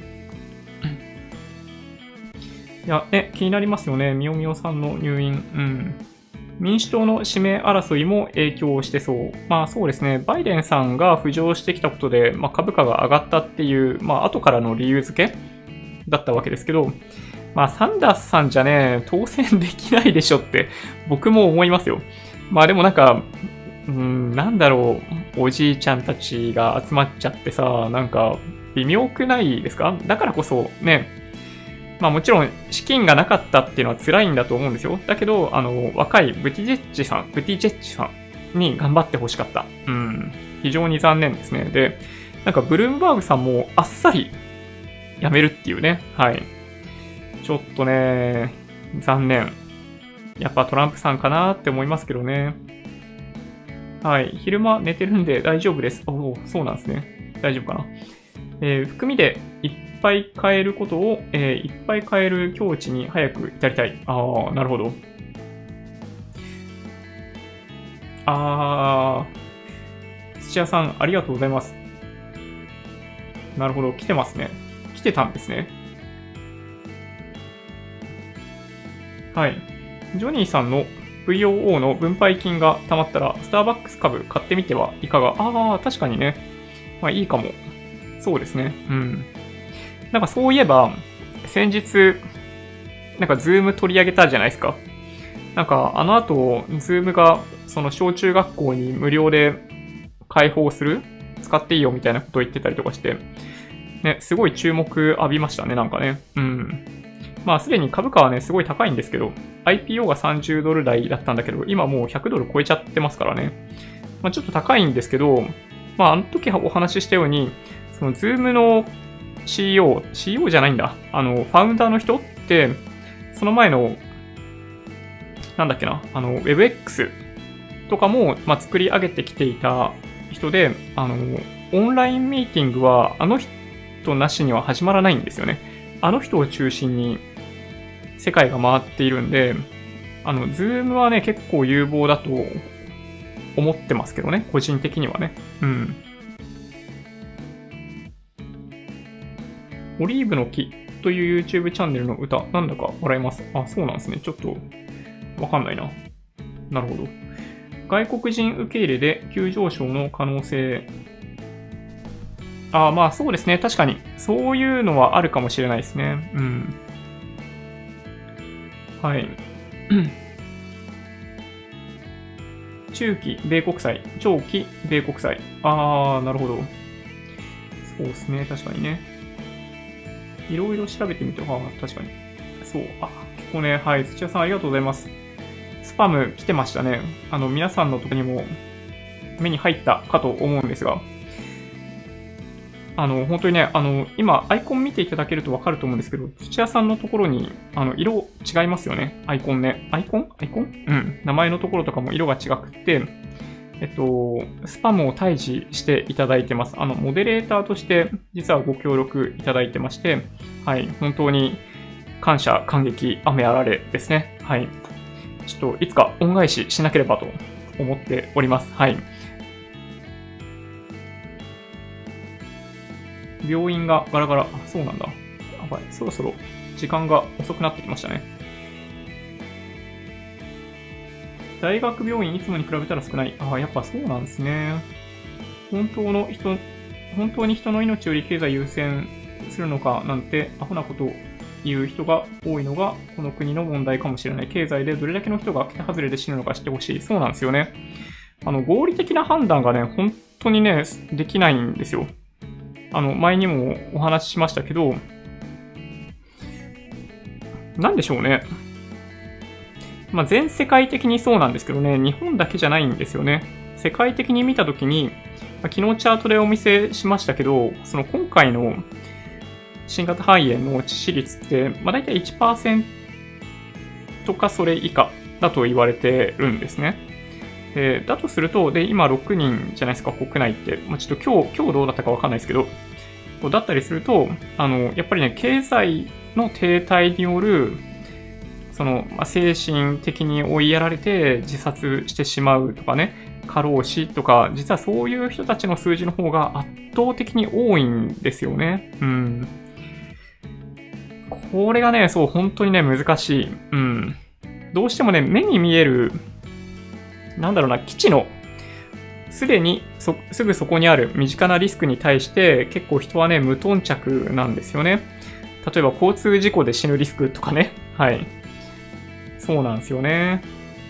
いや、ね、気になりますよね。みおみおさんの入院。うん。民主党の指名争いも影響してそう。まあそうですね。バイデンさんが浮上してきたことで、まあ、株価が上がったっていう、まあ後からの理由付けだったわけですけど、まあサンダースさんじゃね、当選できないでしょって僕も思いますよ。まあでもなんか、うーん、なんだろう、おじいちゃんたちが集まっちゃってさ、なんか微妙くないですか？だからこそね、まあもちろん資金がなかったっていうのは辛いんだと思うんですよ。だけど、あの、若いブティジェッジさん、ブティジェッジさんに頑張ってほしかった。うん。非常に残念ですね。で、なんかブルームバーグさんもあっさり辞めるっていうね。はい。ちょっとね、残念。やっぱトランプさんかなって思いますけどね。はい。昼間寝てるんで大丈夫です。おお、そうなんですね。大丈夫かな。えー、含みでいっぱい買えることを、えー、いっぱい買える境地に早く至りたい。ああ、なるほど。あー、土屋さん、ありがとうございます。なるほど、来てますね。来てたんですね。はい。ジョニーさんの ブイオーオー の分配金が貯まったら、スターバックス株買ってみてはいかが？ああ、確かにね。まあいいかも。そうですね。うん。なんかそういえば、先日、なんかズーム取り上げたじゃないですか。なんかあの後、ズームがその小中学校に無料で開放する、使っていいよみたいなことを言ってたりとかして、ね、すごい注目浴びましたね、なんかね。うん。まあ、すでに株価はね、すごい高いんですけど、アイピーオー がさんじゅうドル台だったんだけど、今もうひゃくドル超えちゃってますからね。まあ、ちょっと高いんですけど、まあ、あの時お話ししたように、その、ズームの シーイーオー、シーイーオー じゃないんだ。あの、ファウンダーの人って、その前の、なんだっけな、あの、WebX とかも、まあ、作り上げてきていた人で、あの、オンラインミーティングは、あの人なしには始まらないんですよね。あの人を中心に世界が回っているんで、あの、ズームはね、結構有望だと思ってますけどね、個人的にはね。うん。オリーブの木という YouTube チャンネルの歌、なんだか笑います。あ、そうなんですね。ちょっと、わかんないな。なるほど。外国人受け入れで急上昇の可能性。あ、まあそうですね。確かに。そういうのはあるかもしれないですね。うん。はい。中期米国債、長期米国債。あー、なるほど。そうですね。確かにね。いろいろ調べてみて、ああ、確かに。そう。あ、結構ね、はい。土屋さんありがとうございます。スパム来てましたね。あの、皆さんのとこにも目に入ったかと思うんですが、あの、本当にね、あの、今、アイコン見ていただけるとわかると思うんですけど、土屋さんのところに、あの、色違いますよね。アイコンね。アイコンアイコンうん。名前のところとかも色が違くて、えっと、スパムを退治していただいてます。あの、モデレーターとして、実はご協力いただいてまして、はい。本当に、感謝、感激、雨あられですね。はい。ちょっと、いつか恩返ししなければと思っております。はい。病院がガラガラ。あ、そうなんだ。やばい。そろそろ時間が遅くなってきましたね。大学病院いつもに比べたら少ない。ああ、やっぱそうなんですね。本当の人、本当に人の命より経済優先するのかなんてアホなことを言う人が多いのがこの国の問題かもしれない。経済でどれだけの人が桁外れで死ぬのか知ってほしい。そうなんですよね。あの、合理的な判断がね、本当にね、できないんですよ。あの、前にもお話ししましたけど、なんでしょうね。まあ、全世界的にそうなんですけどね、日本だけじゃないんですよね。世界的に見たときに、まあ、昨日チャートでお見せしましたけど、その今回の新型肺炎の致死率って、まあ、大体 いちパーセント かそれ以下だと言われてるんですね。でだとすると、で、今ろくにんじゃないですか、国内って。まあ、ちょっと今日、今日どうだったかわかんないですけど、だったりすると、あの、やっぱりね、経済の停滞による、その、まあ、精神的に追いやられて自殺してしまうとかね、過労死とか、実はそういう人たちの数字の方が圧倒的に多いんですよね。うん。これがね、そう、本当にね、難しい。うん。どうしてもね、目に見える、なんだろうな、基地の、すでにそすぐそこにある身近なリスクに対して結構人はね、無頓着なんですよね。例えば交通事故で死ぬリスクとかね。はい。そうなんですよね。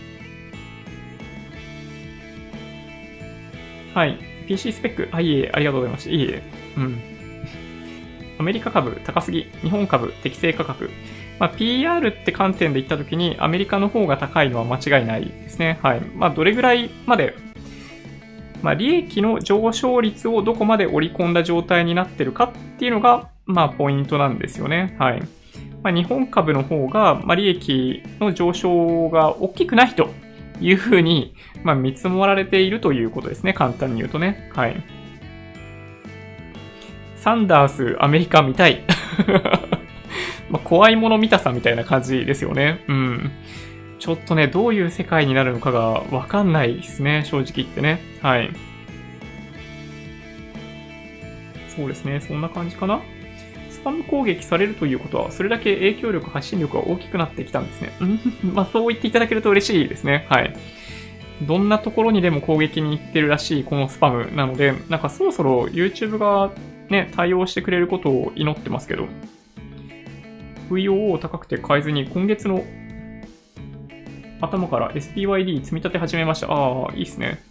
はい。ピーシー スペック。あ、いえいえ、ありがとうございました。いえいえ。うん。アメリカ株高すぎ。日本株適正価格。まあ、ピーアール って観点で言ったときにアメリカの方が高いのは間違いないですね。はい。まあ、どれぐらいまでまあ、利益の上昇率をどこまで織り込んだ状態になってるかっていうのが、まあ、ポイントなんですよね。はい。まあ、日本株の方が、まあ、利益の上昇が大きくないというふうに、まあ、見積もられているということですね。簡単に言うとね。はい。サンダース、アメリカ見たい。まあ、怖いもの見たさみたいな感じですよね。うん。ちょっとね、どういう世界になるのかがわかんないですね、正直言ってね。はい。そうですね、そんな感じかな。スパム攻撃されるということは、それだけ影響力、発信力が大きくなってきたんですね。まあ、そう言っていただけると嬉しいですね。はい。どんなところにでも攻撃に行ってるらしい、このスパムなので、なんかそろそろ YouTube がね、対応してくれることを祈ってますけど、ブイオーオー 高くて買えずに今月の頭から エスピーワイディー 積み立て始めました。ああ、いいっすね。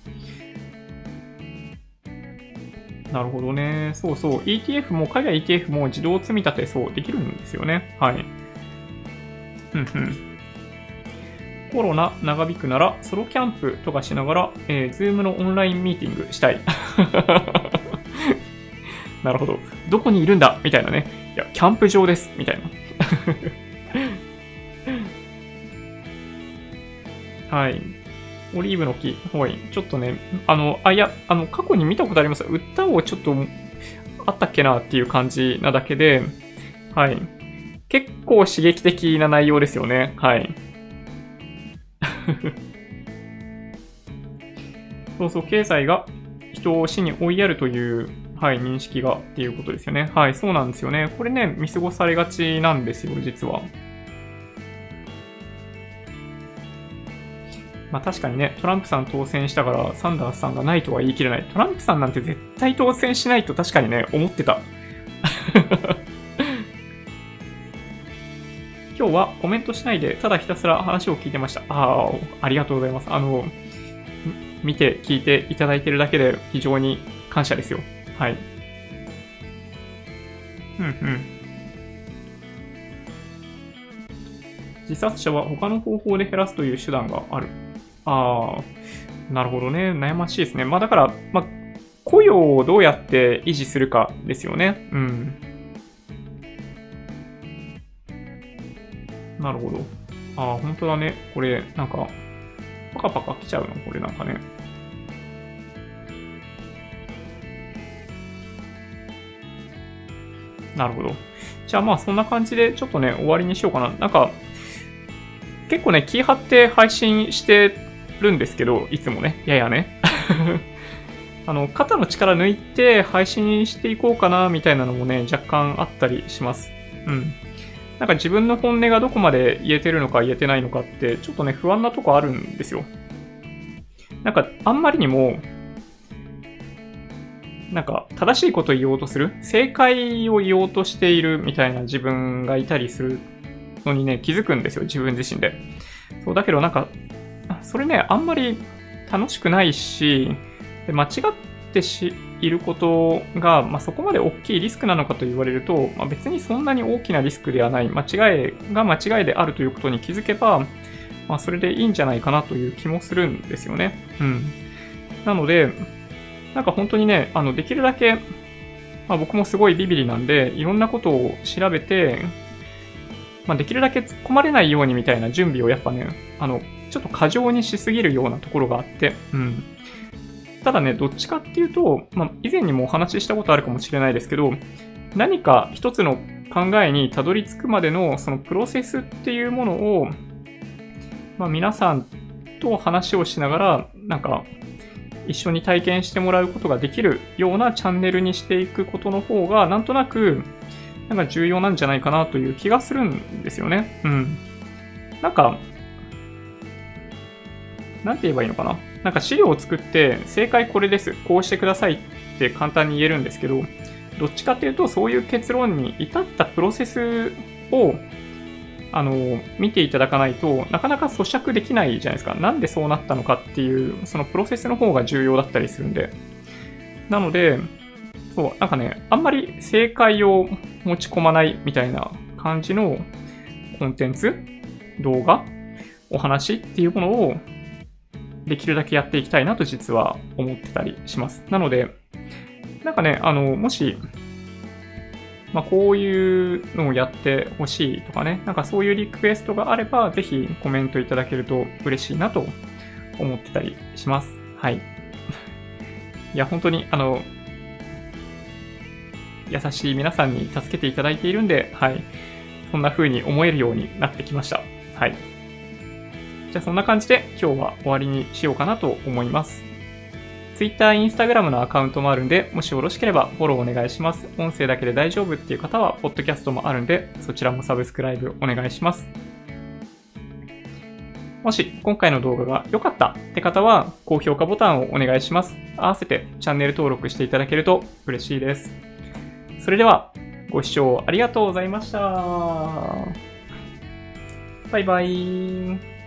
なるほどね。そうそう。イーティーエフ も、海外 イーティーエフ も自動積み立て、そう、できるんですよね。はい。うんうん。コロナ長引くなら、ソロキャンプとかしながら、えー、Zoom のオンラインミーティングしたい。なるほど。どこにいるんだみたいなね。いや、キャンプ場です。みたいな。はい。オリーブの木。はい。ちょっとね、あの、あ、いや、あの、過去に見たことあります。歌をちょっと、あったっけなっていう感じなだけで、はい。結構刺激的な内容ですよね。はい。そうそう、経済が人を死に追いやるという、はい、認識がっていうことですよね。はい、そうなんですよね。これね、見過ごされがちなんですよ、実は。まあ確かにね、トランプさん当選したからサンダースさんがないとは言い切れない。トランプさんなんて絶対当選しないと確かにね、思ってた。今日はコメントしないで、ただひたすら話を聞いてました。ああ、ありがとうございます。あの、見て聞いていただいてるだけで非常に感謝ですよ。はい。うんうん。自殺者は他の方法で減らすという手段がある。ああ、なるほどね。悩ましいですね。まあだから、まあ、雇用をどうやって維持するかですよね。うん。なるほど。ああ、本当だね。これ、なんか、パカパカ来ちゃうのこれなんかね。なるほど。じゃあまあそんな感じでちょっとね、終わりにしようかな。なんか、結構ね、気張って配信してるんですけど、いつもね、ややね。あの、肩の力抜いて配信していこうかな、みたいなのもね、若干あったりします。うん。なんか自分の本音がどこまで言えてるのか言えてないのかって、ちょっとね、不安なとこあるんですよ。なんか、あんまりにも、なんか、正しいことを言おうとする、正解を言おうとしているみたいな自分がいたりするのにね、気づくんですよ、自分自身で。そう、だけどなんか、それね、あんまり楽しくないし、で間違ってしいることが、まあ、そこまで大きいリスクなのかと言われると、まあ、別にそんなに大きなリスクではない、間違いが間違いであるということに気づけば、まあ、それでいいんじゃないかなという気もするんですよね。うん。なので、なんか本当にね、あの、できるだけ、まあ僕もすごいビビリなんで、いろんなことを調べて、まあできるだけ突っ込まれないようにみたいな準備をやっぱね、あの、ちょっと過剰にしすぎるようなところがあって、うん。ただね、どっちかっていうと、まあ以前にもお話ししたことあるかもしれないですけど、何か一つの考えにたどり着くまでのそのプロセスっていうものを、まあ皆さんと話をしながら、なんか、一緒に体験してもらうことができるようなチャンネルにしていくことの方が、なんとなく、なんか重要なんじゃないかなという気がするんですよね。うん。なんか、なんて言えばいいのかな。なんか資料を作って、正解これです。こうしてくださいって簡単に言えるんですけど、どっちかっていうと、そういう結論に至ったプロセスを、あの、見ていただかないとなかなか咀嚼できないじゃないですか。なんでそうなったのかっていう、そのプロセスの方が重要だったりするんで。なので、そう、なんかね、あんまり正解を持ち込まないみたいな感じのコンテンツ、動画、お話っていうものをできるだけやっていきたいなと実は思ってたりします。なので、なんかね、あの、もし、まあ、こういうのをやってほしいとかね、なんかそういうリクエストがあれば、ぜひコメントいただけると嬉しいなと思ってたりします。はい。いや、本当に、あの、優しい皆さんに助けていただいているんで、はい。そんな風に思えるようになってきました。はい。じゃあそんな感じで今日は終わりにしようかなと思います。Twitter、Instagram のアカウントもあるんで、もしよろしければフォローお願いします。音声だけで大丈夫っていう方は、ポッドキャストもあるんで、そちらもサブスクライブお願いします。もし今回の動画が良かったって方は、高評価ボタンをお願いします。合わせてチャンネル登録していただけると嬉しいです。それでは、ご視聴ありがとうございました。バイバイ。